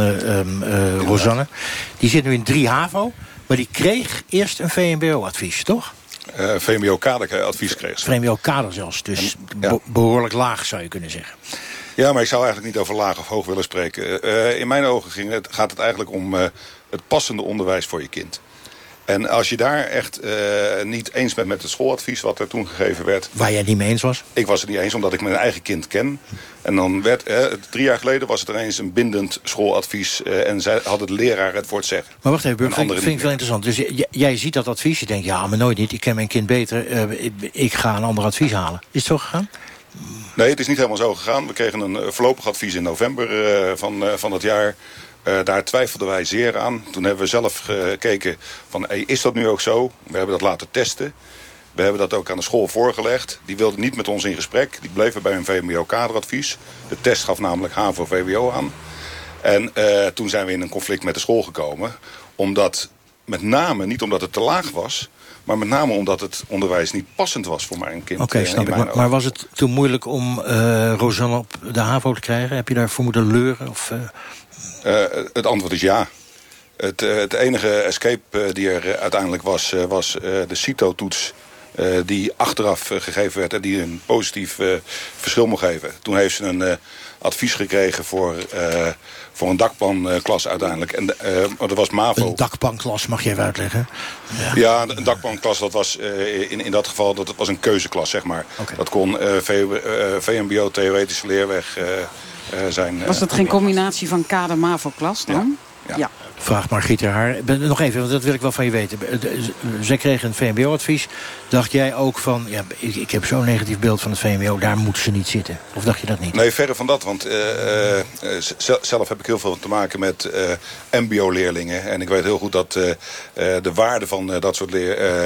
Rosanne. Die zit nu in 3 HAVO, maar die kreeg eerst een VMBO-advies, toch? VMBO-kaderadvies kreeg ze. VMBO-kader zelfs, dus behoorlijk laag zou je kunnen zeggen. Ja, maar ik zou eigenlijk niet over laag of hoog willen spreken. In mijn ogen gaat het eigenlijk om het passende onderwijs voor je kind. En als je daar echt niet eens bent met het schooladvies wat er toen gegeven werd... Waar jij niet mee eens was? Ik was het niet eens, omdat ik mijn eigen kind ken. En dan werd, 3 jaar geleden was het ineens een bindend schooladvies... en zij hadden de leraar het voor het zeggen. Maar wacht even, Burg, vind ik veel interessant. Dus jij ziet dat advies, je denkt, ja, maar nooit niet. Ik ken mijn kind beter, ik ga een ander advies halen. Is het zo gegaan? Nee, het is niet helemaal zo gegaan. We kregen een voorlopig advies in november van dat jaar... daar twijfelden wij zeer aan. Toen hebben we zelf gekeken van, is dat nu ook zo? We hebben dat laten testen. We hebben dat ook aan de school voorgelegd. Die wilden niet met ons in gesprek. Die bleven bij hun VMBO-kaderadvies. De test gaf namelijk HAVO-VWO aan. En toen zijn we in een conflict met de school gekomen. Omdat, met name, niet omdat het te laag was... maar met name omdat het onderwijs niet passend was voor mijn kind. Oké, snap ik. Maar was het toen moeilijk om Rosanne op de HAVO te krijgen? Heb je daarvoor moeten leuren? Of... Het antwoord is ja. Het enige escape die er uiteindelijk was de CITO-toets... die achteraf gegeven werd en die een positief verschil mocht geven. Toen heeft ze een advies gekregen voor een dakpanklas uiteindelijk. En dat was MAVO. Een dakpanklas, mag je even uitleggen? Ja, een dakpanklas, dat was in dat geval dat was een keuzeklas, zeg maar. Okay. Dat kon VMBO, theoretische leerweg zijn. Was dat geen combinatie van kader-MAVO-klas dan? Ja. Vraag Margriet haar. Nog even, want dat wil ik wel van je weten. Zij kregen een VMBO-advies. Dacht jij ook van, ja, ik heb zo'n negatief beeld van het VMBO, daar moet ze niet zitten? Of dacht je dat niet? Nee, verre van dat. Want zelf heb ik heel veel te maken met mbo-leerlingen. En ik weet heel goed dat de waarde van dat soort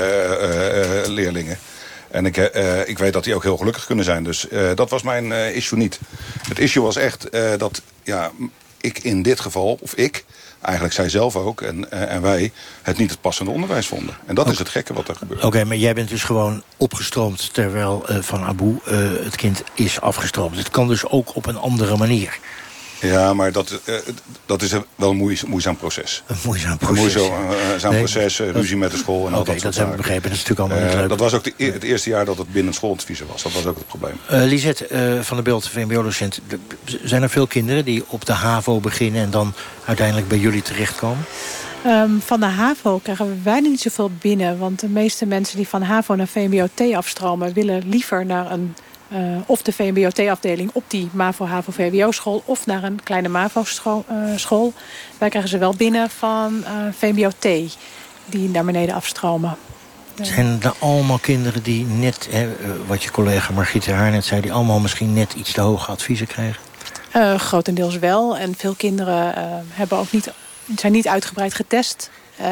leerlingen. En ik weet dat die ook heel gelukkig kunnen zijn. Dus dat was mijn issue niet. Het issue was echt dat ik in dit geval, of eigenlijk zij zelf ook en wij het niet het passende onderwijs vonden. En dat is het gekke wat er gebeurt. Oké, maar jij bent dus gewoon opgestroomd terwijl Van Abu het kind is afgestroomd. Het kan dus ook op een andere manier. Ja, maar dat is wel een moeizaam proces. Een moeizaam proces. Ruzie met de school en al dat soort zaken. Dat hebben we begrepen. Dat is natuurlijk allemaal niet leuk. Dat was ook het eerste jaar dat het binnen schooladviezen was. Dat was ook het probleem. Lisette van der Bilt, VMBO-docent. Zijn er veel kinderen die op de HAVO beginnen en dan uiteindelijk bij jullie terechtkomen? Van de HAVO krijgen we bijna niet zoveel binnen. Want de meeste mensen die van HAVO naar VMBO-T afstromen willen liever naar een of de VMBO-T-afdeling op die MAVO-HAVO-VWO-school of naar een kleine MAVO-school. Wij krijgen ze wel binnen van VMBO-T die naar beneden afstromen. Zijn er allemaal kinderen die net, wat je collega Margriet haar net zei, die allemaal misschien net iets te hoge adviezen krijgen? Grotendeels wel. En veel kinderen zijn niet uitgebreid getest.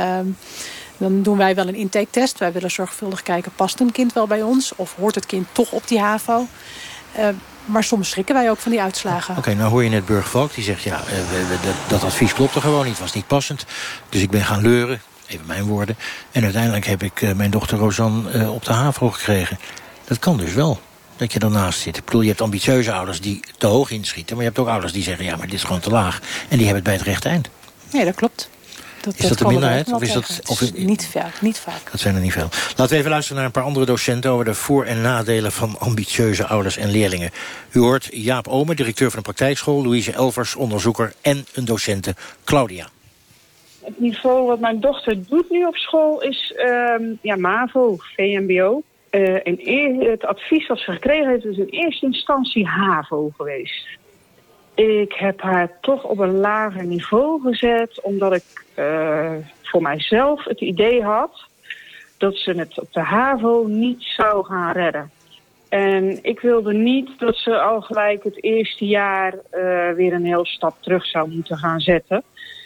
Dan doen wij wel een intake-test. Wij willen zorgvuldig kijken, past een kind wel bij ons? Of hoort het kind toch op die HAVO? Maar soms schrikken wij ook van die uitslagen. Oké, nou hoor je net Burgervalk. Die zegt, dat advies klopte gewoon niet. Was niet passend. Dus ik ben gaan leuren. Even mijn woorden. En uiteindelijk heb ik mijn dochter Rosanne op de HAVO gekregen. Dat kan dus wel. Dat je ernaast zit. Ik bedoel, je hebt ambitieuze ouders die te hoog inschieten. Maar je hebt ook ouders die zeggen, ja, maar dit is gewoon te laag. En die hebben het bij het rechte eind. Nee, dat klopt. Is dat de minderheid? Of is dat, niet vaak. Dat zijn er niet veel. Laten we even luisteren naar een paar andere docenten over de voor- en nadelen van ambitieuze ouders en leerlingen. U hoort Jaap Omen, directeur van een praktijkschool, Louise Elvers, onderzoeker en een docente, Claudia. Het niveau wat mijn dochter doet nu op school is MAVO, VMBO. En het advies dat ze gekregen heeft is in eerste instantie HAVO geweest. Ik heb haar toch op een lager niveau gezet, omdat ik voor mijzelf het idee had dat ze het op de HAVO niet zou gaan redden. En ik wilde niet dat ze al gelijk het eerste jaar weer een heel stap terug zou moeten gaan zetten.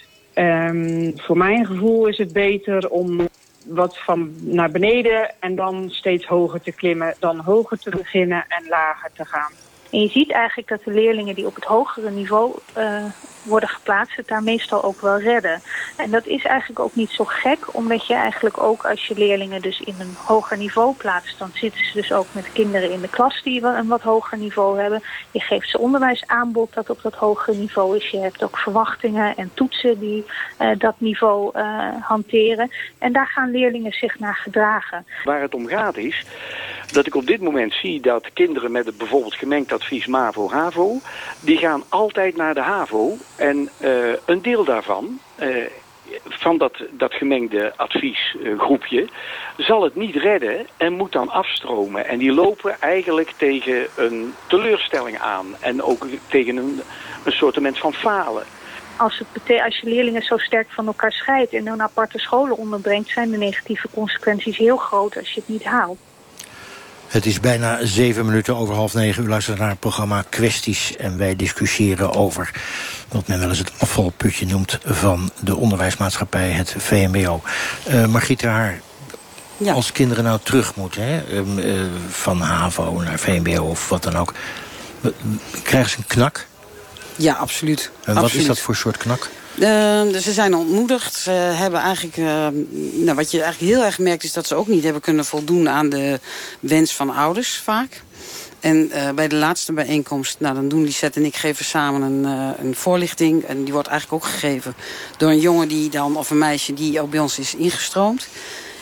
Voor mijn gevoel is het beter om wat van naar beneden en dan steeds hoger te klimmen, dan hoger te beginnen en lager te gaan. En je ziet eigenlijk dat de leerlingen die op het hogere niveau worden geplaatst, het daar meestal ook wel redden. En dat is eigenlijk ook niet zo gek, omdat je eigenlijk ook als je leerlingen dus in een hoger niveau plaatst, dan zitten ze dus ook met kinderen in de klas die een wat hoger niveau hebben. Je geeft ze onderwijsaanbod dat op dat hogere niveau is. Je hebt ook verwachtingen en toetsen die dat niveau hanteren. En daar gaan leerlingen zich naar gedragen. Waar het om gaat is dat ik op dit moment zie dat kinderen met het bijvoorbeeld gemengd advies MAVO-HAVO, die gaan altijd naar de HAVO. En een deel daarvan, van dat gemengde adviesgroepje, zal het niet redden en moet dan afstromen. En die lopen eigenlijk tegen een teleurstelling aan en ook tegen een soortement van falen. Als je leerlingen zo sterk van elkaar scheidt en in aparte scholen onderbrengt, zijn de negatieve consequenties heel groot als je het niet haalt. Het is bijna 7:07. U luistert naar het programma Kwesties. En wij discussiëren over wat men wel eens het afvalputje noemt van de onderwijsmaatschappij, het VMBO. Margriet haar, als kinderen nou terug moeten, van HAVO naar VMBO of wat dan ook, krijgen ze een knak? Ja, absoluut. En wat is dat voor soort knak? Ze zijn ontmoedigd. Ze hebben eigenlijk, wat je eigenlijk heel erg merkt is dat ze ook niet hebben kunnen voldoen aan de wens van ouders vaak. En bij de laatste bijeenkomst, dan doen Lisette en ik geven samen een voorlichting. En die wordt eigenlijk ook gegeven door een jongen die dan, of een meisje die ook bij ons is ingestroomd.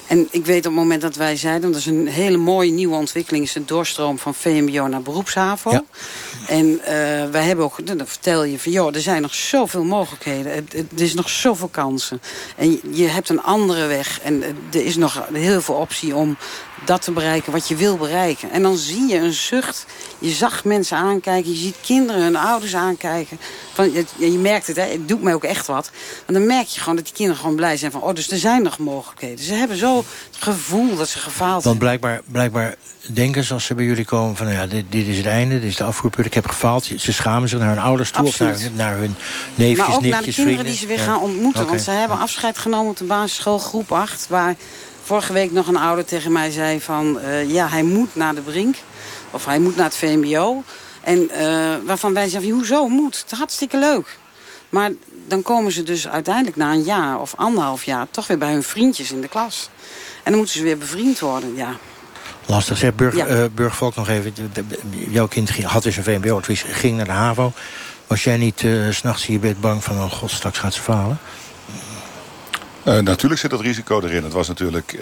En ik weet op het moment dat wij zeiden, dat is een hele mooie nieuwe ontwikkeling, is de doorstroom van VMBO naar beroepshavo. Ja. En wij hebben ook, dan vertel je van, joh, er zijn nog zoveel mogelijkheden. Er is nog zoveel kansen. En je hebt een andere weg. En er is nog heel veel optie om dat te bereiken wat je wil bereiken. En dan zie je een zucht. Je zag mensen aankijken. Je ziet kinderen hun ouders aankijken. Je merkt het, hè, het doet mij ook echt wat. En dan merk je gewoon dat die kinderen gewoon blij zijn van, oh, dus er zijn nog mogelijkheden. Ze hebben zo het gevoel dat ze gefaald Want hebben. blijkbaar denken ze als ze bij jullie komen van, nou ja, dit is het einde, dit is de afgelopen. Ik heb gefaald. Ze schamen zich naar hun ouders toe. Absoluut. Of naar hun neefjes, maar ook nichtjes, naar de kinderen vrienden. die ze weer gaan ontmoeten. Okay. Want ze hebben afscheid genomen op de basisschool groep 8... waar vorige week nog een ouder tegen mij zei van, ja, hij moet naar de Brink. Of hij moet naar het VMBO. En waarvan wij zeggen, hoezo moet? Het is hartstikke leuk. Maar dan komen ze dus uiteindelijk na een jaar of 1,5 jaar toch weer bij hun vriendjes in de klas. En dan moeten ze weer bevriend worden, ja. Lastig. Zeg, Burgvolk nog even. Jouw kind had dus een VMBO-advies, ging naar de HAVO. Was jij niet 's nachts in je bed bang van, oh god, straks gaat ze falen? Natuurlijk zit dat risico erin. Het was natuurlijk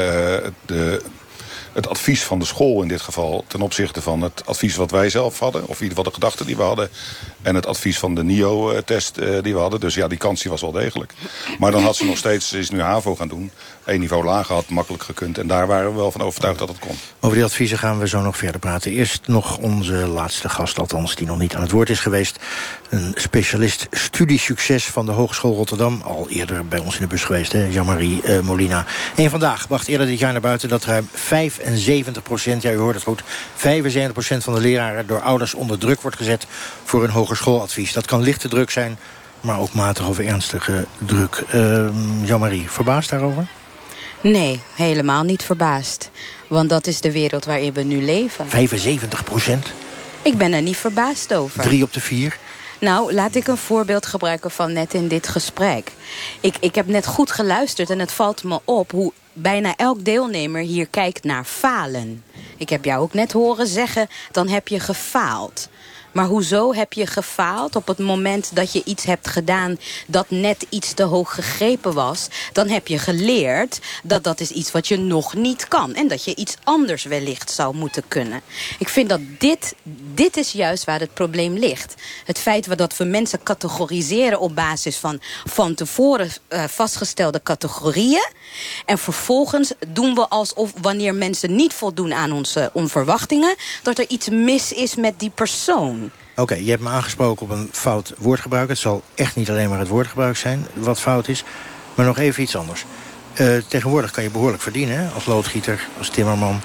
het advies van de school in dit geval ten opzichte van het advies wat wij zelf hadden. Of in ieder geval de gedachten die we hadden. En het advies van de NIO-test die we hadden. Dus ja, die kans die was wel degelijk. Maar dan had ze nog steeds, ze is nu HAVO gaan doen. 1 niveau lager had makkelijk gekund. En daar waren we wel van overtuigd dat het kon. Over die adviezen gaan we zo nog verder praten. Eerst nog onze laatste gast, althans die nog niet aan het woord is geweest. Een specialist studiesucces van de Hogeschool Rotterdam. Al eerder bij ons in de bus geweest, hè? Jean-Marie Molina. En vandaag bracht eerder dit jaar naar buiten dat ruim 75%, ja u hoort het goed, 75% van de leraren door ouders onder druk wordt gezet voor een hogerschooladvies. Dat kan lichte druk zijn, maar ook matige of ernstige druk. Jean-Marie, verbaasd daarover? Nee, helemaal niet verbaasd. Want dat is de wereld waarin we nu leven. 75%? Ik ben er niet verbaasd over. 3 op de 4? Nou, laat ik een voorbeeld gebruiken van net in dit gesprek. Ik heb net goed geluisterd en het valt me op hoe bijna elk deelnemer hier kijkt naar falen. Ik heb jou ook net horen zeggen, dan heb je gefaald. Maar hoezo heb je gefaald op het moment dat je iets hebt gedaan dat net iets te hoog gegrepen was? Dan heb je geleerd dat dat is iets wat je nog niet kan. En dat je iets anders wellicht zou moeten kunnen. Ik vind dat dit is juist waar het probleem ligt. Het feit dat we mensen categoriseren op basis van tevoren vastgestelde categorieën. En vervolgens doen we alsof wanneer mensen niet voldoen aan onze verwachtingen, dat er iets mis is met die persoon. Oké, je hebt me aangesproken op een fout woordgebruik. Het zal echt niet alleen maar het woordgebruik zijn wat fout is. Maar nog even iets anders. Tegenwoordig kan je behoorlijk verdienen, hè? Als loodgieter, als timmerman.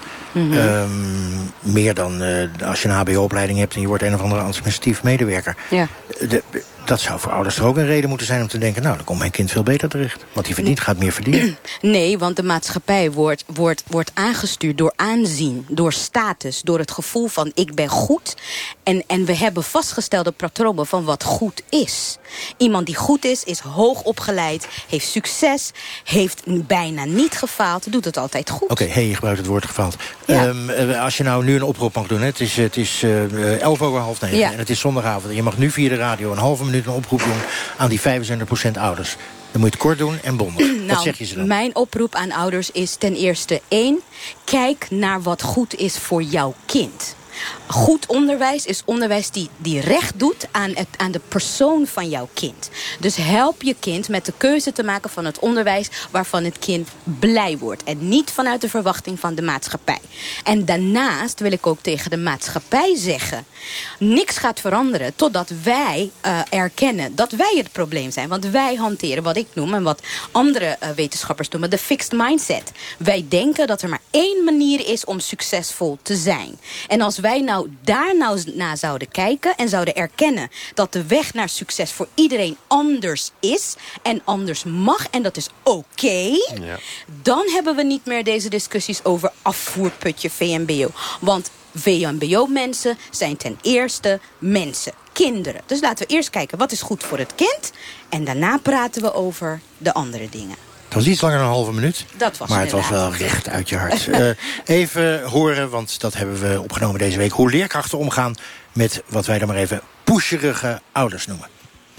Mm-hmm. Meer dan als je een hbo-opleiding hebt en je wordt een of andere administratief medewerker. Ja. Dat zou voor ouders er ook een reden moeten zijn om te denken, nou, dan komt mijn kind veel beter terecht. Want die verdient, gaat meer verdienen. Nee, want de maatschappij wordt aangestuurd door aanzien, door status, door het gevoel van ik ben goed. En we hebben vastgestelde patronen van wat goed is. Iemand die goed is hoog opgeleid, heeft succes, heeft bijna niet gefaald, doet het altijd goed. Oké, je gebruikt het woord gefaald. Ja. Als je nou nu een oproep mag doen, hè, het is 9:11 ja. En het is zondagavond. Je mag nu via de radio een halve minuut een oproep doen aan die 75% ouders. Dan moet je het kort doen en bondig. Wat zeg je ze dan? Mijn oproep aan ouders is ten eerste 1. Kijk naar wat goed is voor jouw kind. Goed onderwijs is onderwijs die recht doet aan de persoon van jouw kind. Dus help je kind met de keuze te maken van het onderwijs waarvan het kind blij wordt. En niet vanuit de verwachting van de maatschappij. En daarnaast wil ik ook tegen de maatschappij zeggen, niks gaat veranderen totdat wij erkennen dat wij het probleem zijn. Want wij hanteren wat ik noem en wat andere wetenschappers noemen de fixed mindset. Wij denken dat er maar 1 manier is om succesvol te zijn. En als wij daar naar zouden kijken en zouden erkennen dat de weg naar succes voor iedereen anders is en anders mag en dat is oké, dan hebben we niet meer deze discussies over afvoerputje VMBO. Want VMBO-mensen zijn ten eerste mensen, kinderen. Dus laten we eerst kijken wat is goed voor het kind en daarna praten we over de andere dingen. Het was iets langer dan een halve minuut. Dat was maar het was wel recht uit je hart. Even horen, want dat hebben we opgenomen deze week, hoe leerkrachten omgaan met wat wij dan maar even pusherige ouders noemen.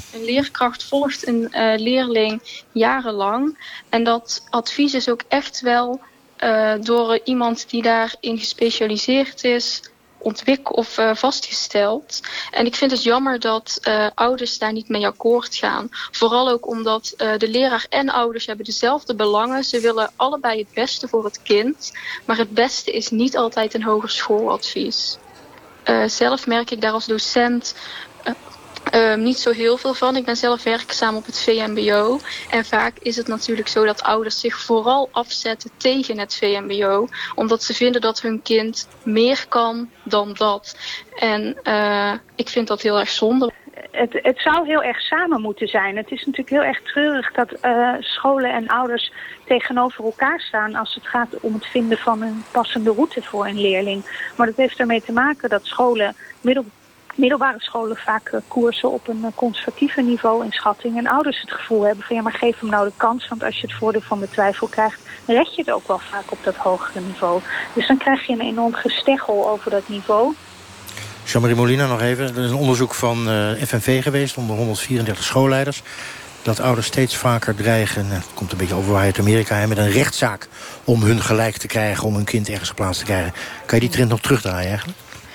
Een leerkracht volgt een leerling jarenlang. En dat advies is ook echt wel door iemand die daarin gespecialiseerd is vastgesteld. En ik vind het jammer dat ouders daar niet mee akkoord gaan. Vooral ook omdat de leraar en ouders hebben dezelfde belangen. Ze willen allebei het beste voor het kind. Maar het beste is niet altijd een hogerschooladvies. Zelf merk ik daar als docent niet zo heel veel van. Ik ben zelf werkzaam op het VMBO. En vaak is het natuurlijk zo dat ouders zich vooral afzetten tegen het VMBO. Omdat ze vinden dat hun kind meer kan dan dat. En ik vind dat heel erg zonde. Het zou heel erg samen moeten zijn. Het is natuurlijk heel erg treurig dat scholen en ouders tegenover elkaar staan als het gaat om het vinden van een passende route voor een leerling. Maar dat heeft ermee te maken dat scholen, middelbare scholen vaak koersen op een conservatiever niveau in schatting. En ouders het gevoel hebben van ja, maar geef hem nou de kans. Want als je het voordeel van de twijfel krijgt, red je het ook wel vaak op dat hogere niveau. Dus dan krijg je een enorm gesteggel over dat niveau. Jean-Marie Molina nog even. Er is een onderzoek van FNV geweest onder 134 schoolleiders. Dat ouders steeds vaker dreigen, het komt een beetje over uit Amerika, met een rechtszaak om hun gelijk te krijgen, om hun kind ergens geplaatst te krijgen. Kan je die trend nog terugdraaien eigenlijk?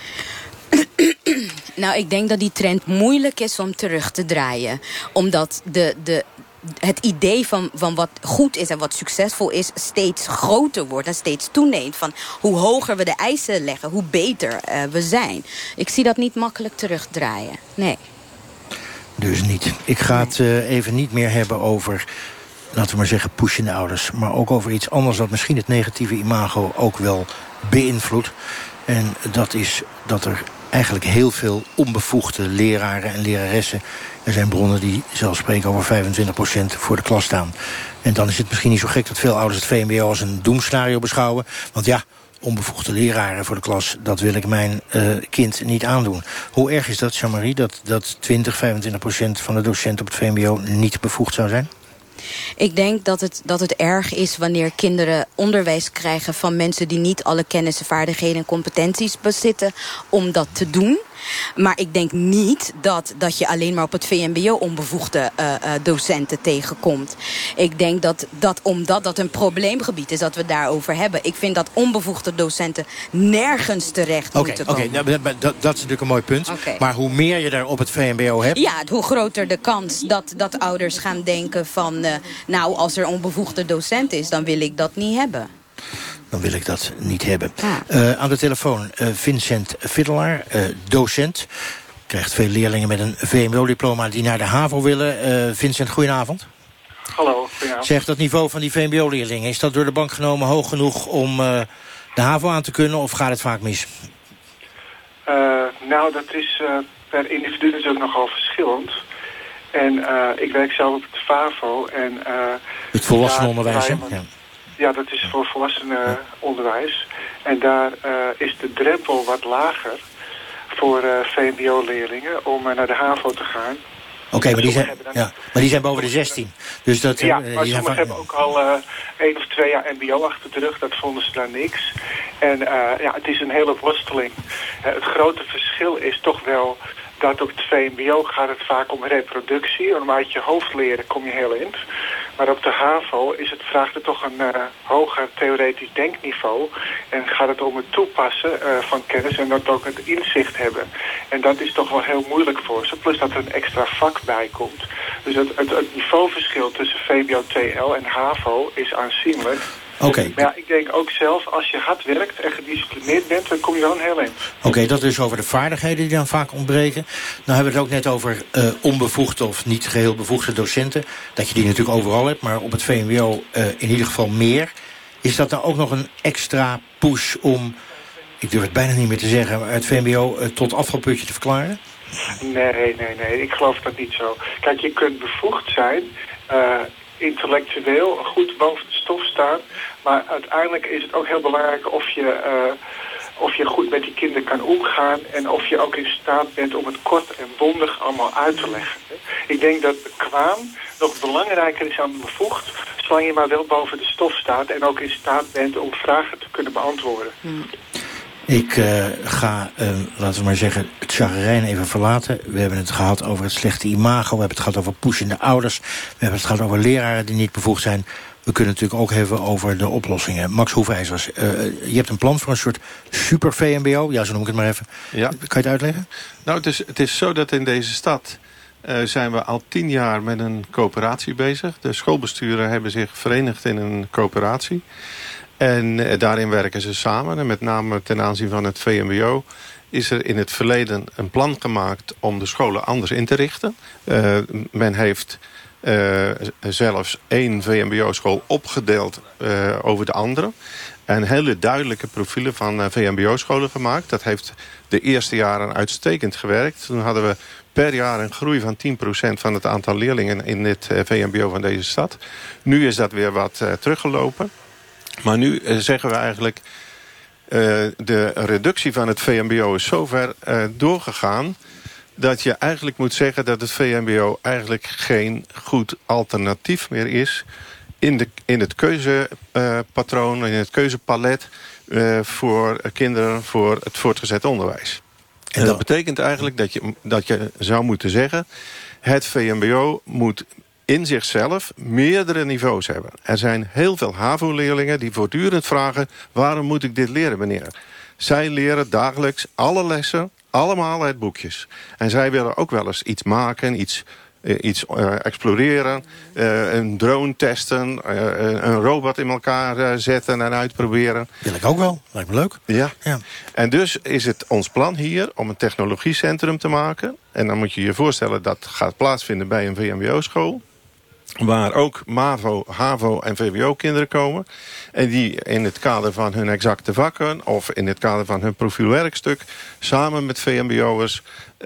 Nou, ik denk dat die trend moeilijk is om terug te draaien. Omdat het idee van wat goed is en wat succesvol is steeds groter wordt en steeds toeneemt. Van hoe hoger we de eisen leggen, hoe beter we zijn. Ik zie dat niet makkelijk terugdraaien. Nee. Dus niet. Ik ga het even niet meer hebben over, laten we maar zeggen, pushende ouders. Maar ook over iets anders dat misschien het negatieve imago ook wel beïnvloedt. En dat is dat er eigenlijk heel veel onbevoegde leraren en leraressen. Er zijn bronnen die zelfs spreken over 25% voor de klas staan. En dan is het misschien niet zo gek dat veel ouders het VMBO als een doemscenario beschouwen. Want ja, onbevoegde leraren voor de klas, dat wil ik mijn kind niet aandoen. Hoe erg is dat, Jean-Marie, dat 20-25% van de docenten op het VMBO niet bevoegd zou zijn? Ik denk dat het erg is wanneer kinderen onderwijs krijgen van mensen die niet alle kennis, vaardigheden en competenties bezitten om dat te doen. Maar ik denk niet dat je alleen maar op het VMBO onbevoegde docenten tegenkomt. Ik denk dat omdat dat een probleemgebied is dat we daarover hebben. Ik vind dat onbevoegde docenten nergens terecht moeten komen. Oké, dat is natuurlijk een mooi punt. Okay. Maar hoe meer je daar op het VMBO hebt, ja, hoe groter de kans dat ouders gaan denken van nou, als er onbevoegde docent is, dan wil ik dat niet hebben. Dan wil ik dat niet hebben. Aan de telefoon Vincent Fiddelaar, docent. Krijgt veel leerlingen met een VMBO-diploma die naar de HAVO willen. Vincent, goedenavond. Hallo, goedenavond. Zeg, dat niveau van die VMBO-leerlingen, is dat door de bank genomen hoog genoeg om de HAVO aan te kunnen, of gaat het vaak mis? Nou, dat is per individu natuurlijk nogal verschillend. En ik werk zelf op het FAVO. En, het volwassenenonderwijs, hè? Ja. Ja, dat is voor volwassenenonderwijs. En daar is de drempel wat lager voor VMBO-leerlingen om naar de HAVO te gaan. Oké, maar die zijn boven de 16. Dus dat, ja, maar sommigen hebben ook al 1 of 2 jaar mbo achter de rug. Dat vonden ze daar niks. En ja, het is een hele worsteling. Het grote verschil is toch wel dat op het VMBO gaat het vaak om reproductie. Om uit je hoofd leren kom je heel in. Maar op de HAVO vraagt het toch een hoger theoretisch denkniveau. En gaat het om het toepassen van kennis en dat ook het inzicht hebben. En dat is toch wel heel moeilijk voor ze. Plus dat er een extra vak bij komt. Dus het niveauverschil tussen VMBO, TL en HAVO is aanzienlijk. Oké. Maar ja, ik denk ook zelf, als je hard werkt en gedisciplineerd bent, dan kom je wel een heel eind. Oké, dat is over de vaardigheden die dan vaak ontbreken. Nou hebben we het ook net over onbevoegde of niet geheel bevoegde docenten. Dat je die natuurlijk overal hebt, maar op het VMBO in ieder geval meer. Is dat dan ook nog een extra push om, ik durf het bijna niet meer te zeggen, maar het VMBO tot afvalputje te verklaren? Nee. Ik geloof dat niet zo. Kijk, je kunt bevoegd zijn, intellectueel goed boven de stof staan. Maar uiteindelijk is het ook heel belangrijk of je goed met die kinderen kan omgaan en of je ook in staat bent om het kort en bondig allemaal uit te leggen. Ik denk dat bekwaam nog belangrijker is dan bevoegd, zolang je maar wel boven de stof staat en ook in staat bent om vragen te kunnen beantwoorden. Ik ga, laten we maar zeggen, het chagrijn even verlaten. We hebben het gehad over het slechte imago. We hebben het gehad over pushende ouders. We hebben het gehad over leraren die niet bevoegd zijn. We kunnen het natuurlijk ook hebben over de oplossingen. Max Hoefijzers, je hebt een plan voor een soort super VMBO. Ja, zo noem ik het maar even. Ja. Kan je het uitleggen? Nou, het is zo dat in deze stad zijn we al 10 jaar met een coöperatie bezig. De schoolbesturen hebben zich verenigd in een coöperatie. En daarin werken ze samen. En met name ten aanzien van het VMBO is er in het verleden een plan gemaakt om de scholen anders in te richten. Men heeft zelfs 1 VMBO-school opgedeeld over de andere. En hele duidelijke profielen van VMBO-scholen gemaakt. Dat heeft de eerste jaren uitstekend gewerkt. Toen hadden we per jaar een groei van 10% van het aantal leerlingen in dit VMBO van deze stad. Nu is dat weer wat teruggelopen. Maar nu zeggen we eigenlijk, de reductie van het VMBO is zover doorgegaan dat je eigenlijk moet zeggen dat het VMBO eigenlijk geen goed alternatief meer is in het keuzepatroon, in het keuzepalet voor kinderen voor het voortgezet onderwijs. En dat betekent eigenlijk dat je zou moeten zeggen, het VMBO moet in zichzelf meerdere niveaus hebben. Er zijn heel veel HAVO-leerlingen die voortdurend vragen, waarom moet ik dit leren, meneer? Zij leren dagelijks alle lessen, allemaal uit boekjes. En zij willen ook wel eens iets maken, iets exploreren, een drone testen, een robot in elkaar zetten en uitproberen. Wil ik ook wel, lijkt me leuk. Ja. En dus is het ons plan hier om een technologiecentrum te maken. En dan moet je je voorstellen dat gaat plaatsvinden bij een VMBO-school. Waar ook MAVO, HAVO en VWO-kinderen komen. En die in het kader van hun exacte vakken of in het kader van hun profielwerkstuk samen met VMBO'ers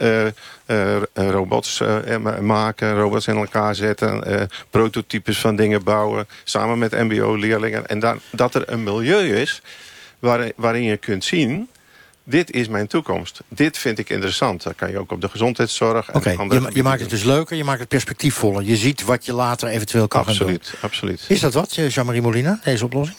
robots maken, robots in elkaar zetten, prototypes van dingen bouwen, samen met MBO-leerlingen. En dat er een milieu is waarin je kunt zien, dit is mijn toekomst. Dit vind ik interessant. Dan kan je ook op de gezondheidszorg. Oké, je maakt het dus leuker, je maakt het perspectiefvoller. Je ziet wat je later eventueel kan gaan doen. Absoluut. Is dat wat, Jean-Marie Molina, deze oplossing?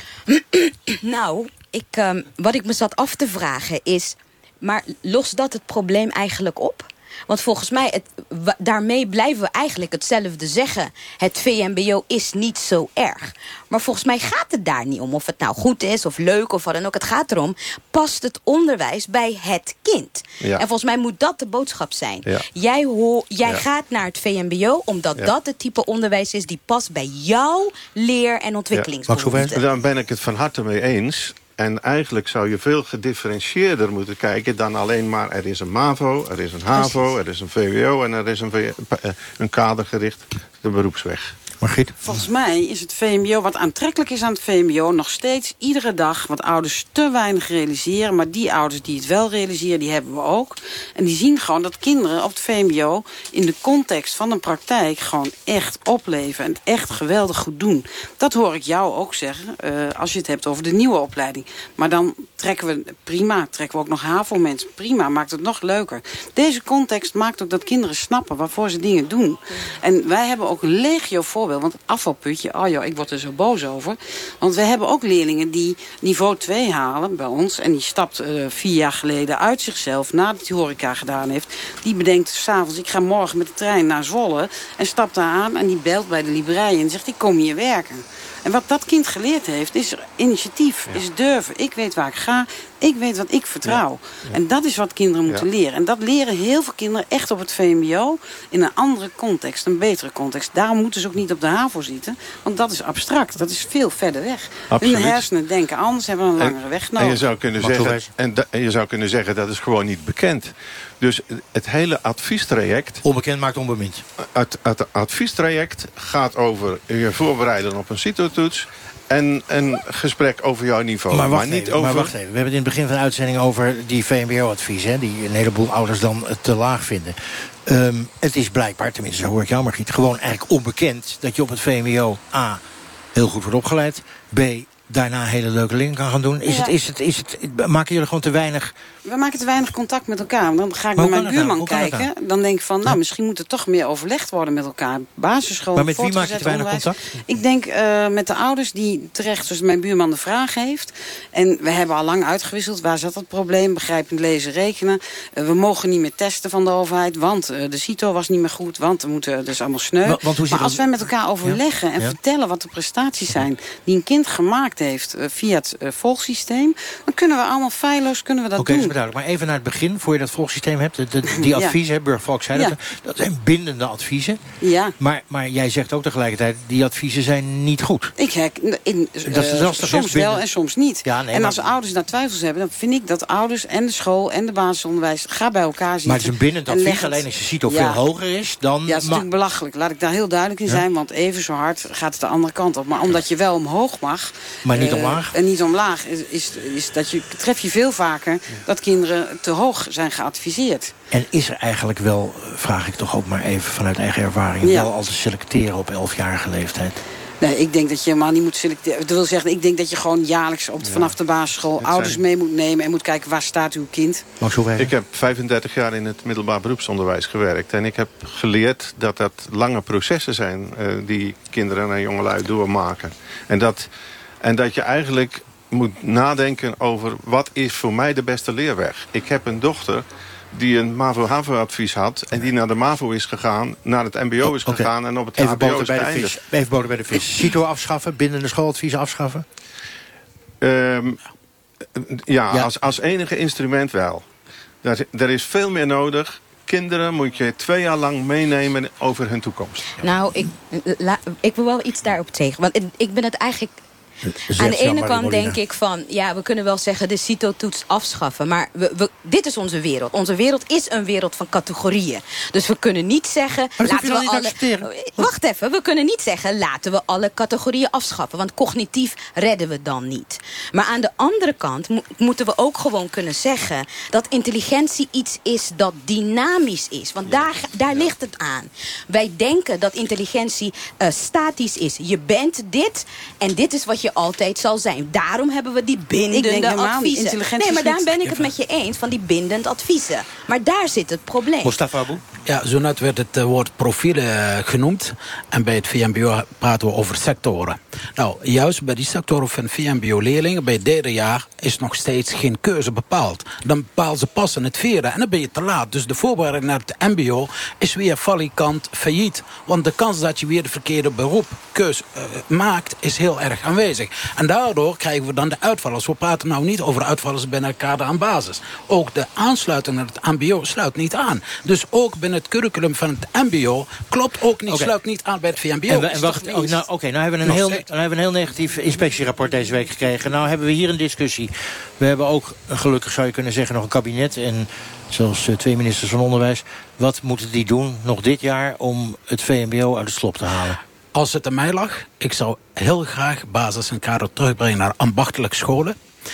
Nou, wat ik me zat af te vragen is, maar lost dat het probleem eigenlijk op? Want volgens mij, daarmee blijven we eigenlijk hetzelfde zeggen. Het VMBO is niet zo erg. Maar volgens mij gaat het daar niet om. Of het nou goed is of leuk of wat dan ook. Het gaat erom, past het onderwijs bij het kind? Ja. En volgens mij moet dat de boodschap zijn. Ja. Jij gaat naar het VMBO omdat dat het type onderwijs is die past bij jouw leer- en ontwikkelingsbehoeften. Daar ben ik het van harte mee eens. En eigenlijk zou je veel gedifferentieerder moeten kijken dan alleen maar er is een MAVO, er is een HAVO, er is een VWO en er is een kadergericht de beroepsweg. Margriet? Volgens mij is het VMBO, wat aantrekkelijk is aan het VMBO, nog steeds iedere dag wat ouders te weinig realiseren. Maar die ouders die het wel realiseren, die hebben we ook. En die zien gewoon dat kinderen op het VMBO in de context van een praktijk gewoon echt opleven en het echt geweldig goed doen. Dat hoor ik jou ook zeggen als je het hebt over de nieuwe opleiding. Maar dan trekken we ook nog HAVO-mensen. Prima, maakt het nog leuker. Deze context maakt ook dat kinderen snappen waarvoor ze dingen doen. En wij hebben ook een legio voorbeeld. Want het afvalputje, ik word er zo boos over. Want we hebben ook leerlingen die niveau 2 halen bij ons. En die stapt 4 jaar geleden uit zichzelf, nadat hij horeca gedaan heeft. Die bedenkt 's avonds, ik ga morgen met de trein naar Zwolle. En stapt daar aan en die belt bij de librei en zegt, ik kom hier werken. En wat dat kind geleerd heeft, is initiatief, is durven. Ik weet waar ik ga, ik weet wat ik vertrouw. Ja. En dat is wat kinderen moeten leren. En dat leren heel veel kinderen echt op het VMBO in een andere context, een betere context. Daarom moeten ze ook niet op de HAVO zitten, want dat is abstract. Dat is veel verder weg. Absoluut. Hun hersenen denken anders, hebben een langere weg nodig. En je zou kunnen zeggen, dat is gewoon niet bekend. Dus het hele adviestraject... Onbekend maakt onbemind. Het adviestraject gaat over je voorbereiden op een CITO-toets en een gesprek over jouw niveau. Maar wacht even. We hebben het in het begin van de uitzending over die VMBO-adviezen, die een heleboel ouders dan te laag vinden. Het is blijkbaar, tenminste zo hoor ik jou Margriet, gewoon eigenlijk onbekend dat je op het VMBO A heel goed wordt opgeleid, B daarna hele leuke dingen kan gaan doen. Maken jullie gewoon te weinig... We maken te weinig contact met elkaar. Dan ga ik naar mijn buurman kijken. Dan denk ik van, misschien moet er toch meer overlegd worden met elkaar. Basisschool, maar met wie maak je te weinig contact? Ik denk met de ouders die terecht, zoals mijn buurman de vraag heeft. En we hebben al lang uitgewisseld. Waar zat het probleem? Begrijpend lezen, rekenen. We mogen niet meer testen van de overheid. Want de CITO was niet meer goed. Want we moeten dus allemaal sneu. Maar als wij met elkaar overleggen en vertellen wat de prestaties zijn die een kind gemaakt heeft via het volgsysteem, dan kunnen we allemaal feilloos dat doen. Dat is duidelijk. Maar even naar het begin, voor je dat volgsysteem hebt. Die adviezen, Burgervolk zei dat zijn bindende adviezen. Ja. Maar jij zegt ook tegelijkertijd, die adviezen zijn niet goed. Soms wel en soms niet. Ja, en als ouders daar twijfels hebben, dan vind ik dat ouders en de school en de basisonderwijs gaan bij elkaar zitten. Maar het is een bindend advies, alleen als je CITO veel hoger is, dan... Ja, het is natuurlijk belachelijk. Laat ik daar heel duidelijk in zijn, want even zo hard gaat het de andere kant op. Maar omdat je wel omhoog mag... Maar niet omlaag? En niet omlaag is dat tref je veel vaker dat kinderen te hoog zijn geadviseerd. En is er eigenlijk wel, vraag ik toch ook maar even vanuit eigen ervaring, wel al te selecteren op 11-jarige leeftijd? Nee, ik denk dat je helemaal niet moet selecteren. Dat wil zeggen, ik denk dat je gewoon jaarlijks vanaf de basisschool ouders mee moet nemen en moet kijken waar staat uw kind. Ik heb 35 jaar in het middelbaar beroepsonderwijs gewerkt. En ik heb geleerd dat dat lange processen zijn die kinderen en jongelui doormaken. En dat je eigenlijk moet nadenken over wat is voor mij de beste leerweg. Ik heb een dochter die een MAVO-HAVO-advies had en die naar de MAVO is gegaan, naar het MBO is gegaan en op het HBO is geëindigd. Even boter bij de vis. CITO afschaffen, bindende schooladviezen afschaffen? Als enige instrument wel. Er is veel meer nodig. Kinderen moet je 2 jaar lang meenemen over hun toekomst. Nou, ik wil wel iets daarop tegen. Want ik ben het eigenlijk... Aan de ene kant denk ik van, we kunnen wel zeggen de CITO-toets afschaffen. Maar dit is onze wereld. Onze wereld is een wereld van categorieën. Dus we kunnen niet zeggen, wacht even, we kunnen niet zeggen, laten we alle categorieën afschaffen. Want cognitief redden we dan niet. Maar aan de andere kant moeten we ook gewoon kunnen zeggen dat intelligentie iets is dat dynamisch is. Want daar ligt het aan. Wij denken dat intelligentie statisch is. Je bent dit en dit is wat je altijd zal zijn. Daarom hebben we die bindende adviezen. Nee, maar daar ben ik het met je eens, van die bindend adviezen. Maar daar zit het probleem. Mustafa Abu? Ja, zo net werd het woord profielen genoemd. En bij het VMBO praten we over sectoren. Nou, juist bij die sectoren van VMBO-leerlingen, bij het 3e jaar, is nog steeds geen keuze bepaald. Dan bepalen ze pas in het 4e en dan ben je te laat. Dus de voorbereiding naar het MBO is weer valikant failliet. Want de kans dat je weer de verkeerde beroepkeus maakt, is heel erg aanwezig. En daardoor krijgen we dan de uitvallers. We praten nou niet over uitvallers binnen het kader aan basis. Ook de aansluiting naar het MBO sluit niet aan. Dus ook binnen het curriculum van het MBO klopt ook niet, sluit niet aan bij het VMBO. Nou hebben we een heel negatief inspectierapport deze week gekregen. Nou hebben we hier een discussie. We hebben ook, gelukkig zou je kunnen zeggen, nog een kabinet en zelfs 2 ministers van Onderwijs. Wat moeten die doen nog dit jaar om het VMBO uit het slop te halen? Als het aan mij lag, ik zou heel graag basis en kader terugbrengen naar ambachtelijke scholen.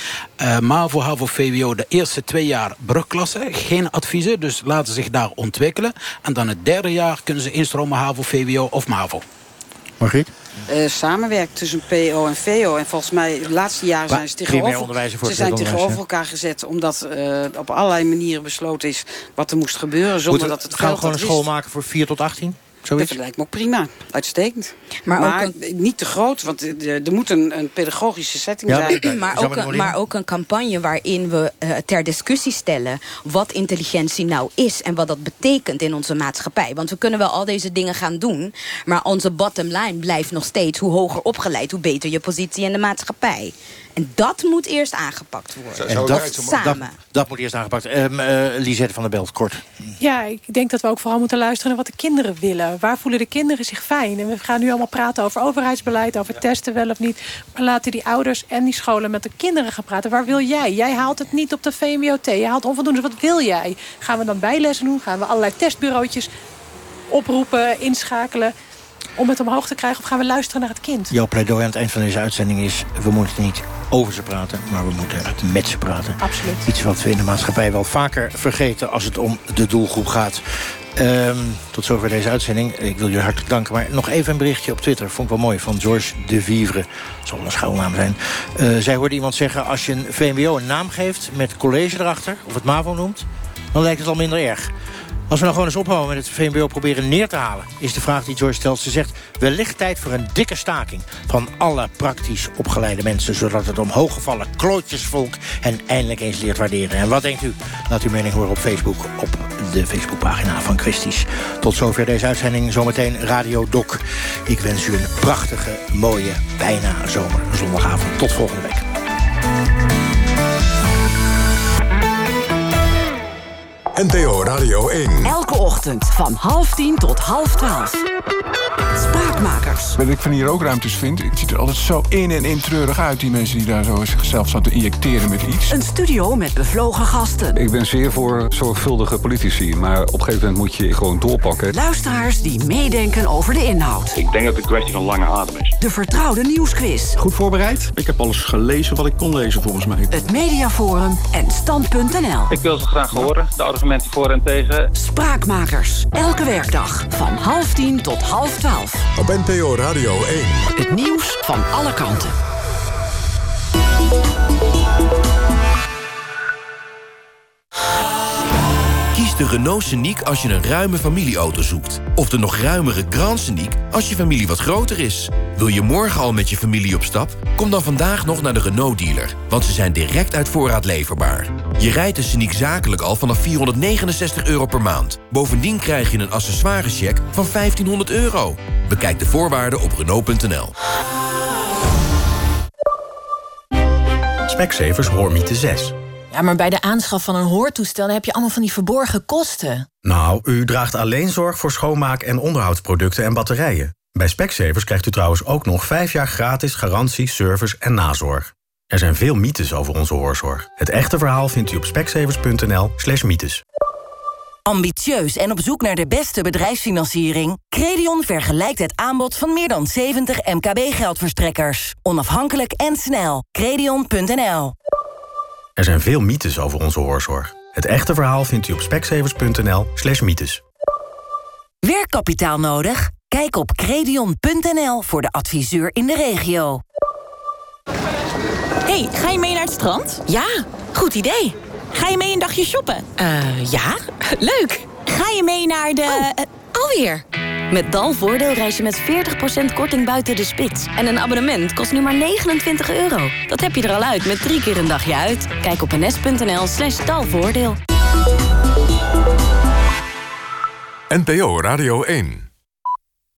MAVO, HAVO, VWO, de eerste 2 jaar brugklassen. Geen adviezen, dus laten ze zich daar ontwikkelen. En dan het 3e jaar kunnen ze instromen HAVO, VWO of MAVO. Margriet? Samenwerkt tussen PO en VO. En volgens mij de laatste jaren zijn ze tegenover elkaar gezet. Omdat op allerlei manieren besloten is wat er moest gebeuren. Zonder dat het gaan we gewoon een school maken voor 4 tot 18? Zoiets? Dat lijkt me ook prima. Uitstekend. Maar niet te groot, want er moet een pedagogische setting zijn. Maar ook een campagne waarin we ter discussie stellen wat intelligentie nou is en wat dat betekent in onze maatschappij. Want we kunnen wel al deze dingen gaan doen, maar onze bottom line blijft nog steeds hoe hoger opgeleid, hoe beter je positie in de maatschappij. En dat moet eerst aangepakt worden. Dat moet eerst aangepakt. Lisette van der Belt, kort. Ja, ik denk dat we ook vooral moeten luisteren naar wat de kinderen willen. Waar voelen de kinderen zich fijn? En we gaan nu allemaal praten over overheidsbeleid, over testen wel of niet. Maar laten die ouders en die scholen met de kinderen gaan praten. Waar wil jij? Jij haalt het niet op de VMBO-T. Je haalt onvoldoende. Wat wil jij? Gaan we dan bijlessen doen? Gaan we allerlei testbureautjes oproepen, inschakelen om het omhoog te krijgen, of gaan we luisteren naar het kind? Jouw pleidooi aan het eind van deze uitzending is, we moeten niet over ze praten, maar we moeten met ze praten. Absoluut. Iets wat we in de maatschappij wel vaker vergeten als het om de doelgroep gaat. Tot zover deze uitzending. Ik wil jullie hartelijk danken. Maar nog even een berichtje op Twitter. Vond ik wel mooi. Van George de Vivre. Dat zal een schuilnaam zijn. Zij hoorde iemand zeggen... als je een VMBO een naam geeft met college erachter... of het MAVO noemt... dan lijkt het al minder erg. Als we nou gewoon eens ophouden met het VMBO proberen neer te halen... is de vraag die George stelt. Ze zegt, wellicht tijd voor een dikke staking... van alle praktisch opgeleide mensen... zodat het omhooggevallen klootjesvolk... hen eindelijk eens leert waarderen. En wat denkt u? Laat uw mening horen op Facebook... op de Facebookpagina van Kwesties. Tot zover deze uitzending. Zometeen Radio Doc. Ik wens u een prachtige, mooie, bijna zondagavond. Tot volgende week. NPO Radio 1. Elke ochtend van 9:30 tot 11:30. Spraakmakers. Wat ik van hier ook ruimtes vind, het ziet er altijd zo in treurig uit... die mensen die daar zo zichzelf staan te injecteren met iets. Een studio met bevlogen gasten. Ik ben zeer voor zorgvuldige politici... maar op een gegeven moment moet je gewoon doorpakken. Luisteraars die meedenken over de inhoud. Ik denk dat het een kwestie van lange adem is. De vertrouwde nieuwsquiz. Goed voorbereid? Ik heb alles gelezen wat ik kon lezen volgens mij. Het Mediaforum en Stand.nl. Ik wil ze graag horen, de argumenten voor en tegen. Spraakmakers. Elke werkdag van 9:30 tot 11:30. Op NPO Radio 1. Het nieuws van alle kanten. Kies de Renault Scenic als je een ruime familieauto zoekt. Of de nog ruimere Grand Scenic als je familie wat groter is. Wil je morgen al met je familie op stap? Kom dan vandaag nog naar de Renault dealer. Want ze zijn direct uit voorraad leverbaar. Je rijdt de Scenic zakelijk al vanaf €469 per maand. Bovendien krijg je een accessoirescheck van €1500. Bekijk de voorwaarden op Renault.nl. Specsavers Hoormiete 6. Ja, maar bij de aanschaf van een hoortoestel heb je allemaal van die verborgen kosten. Nou, u draagt alleen zorg voor schoonmaak- en onderhoudsproducten en batterijen. Bij Specsavers krijgt u trouwens ook nog 5 jaar gratis garantie, service en nazorg. Er zijn veel mythes over onze hoorzorg. Het echte verhaal vindt u op specsavers.nl/mythes. Ambitieus en op zoek naar de beste bedrijfsfinanciering? Credion vergelijkt het aanbod van meer dan 70 MKB-geldverstrekkers. Onafhankelijk en snel. Credion.nl. Er zijn veel mythes over onze hoorzorg. Het echte verhaal vindt u op specsavers.nl/mythes. Werkkapitaal nodig? Kijk op Credion.nl voor de adviseur in de regio. Hey, ga je mee naar het strand? Ja, goed idee. Ga je mee een dagje shoppen? Ja, leuk. Ga je mee naar de... Alweer. Met Dalvoordeel reis je met 40% korting buiten de spits. En een abonnement kost nu maar €29. Dat heb je er al uit met 3 keer een dagje uit. Kijk op ns.nl/dalvoordeel. NPO Radio 1.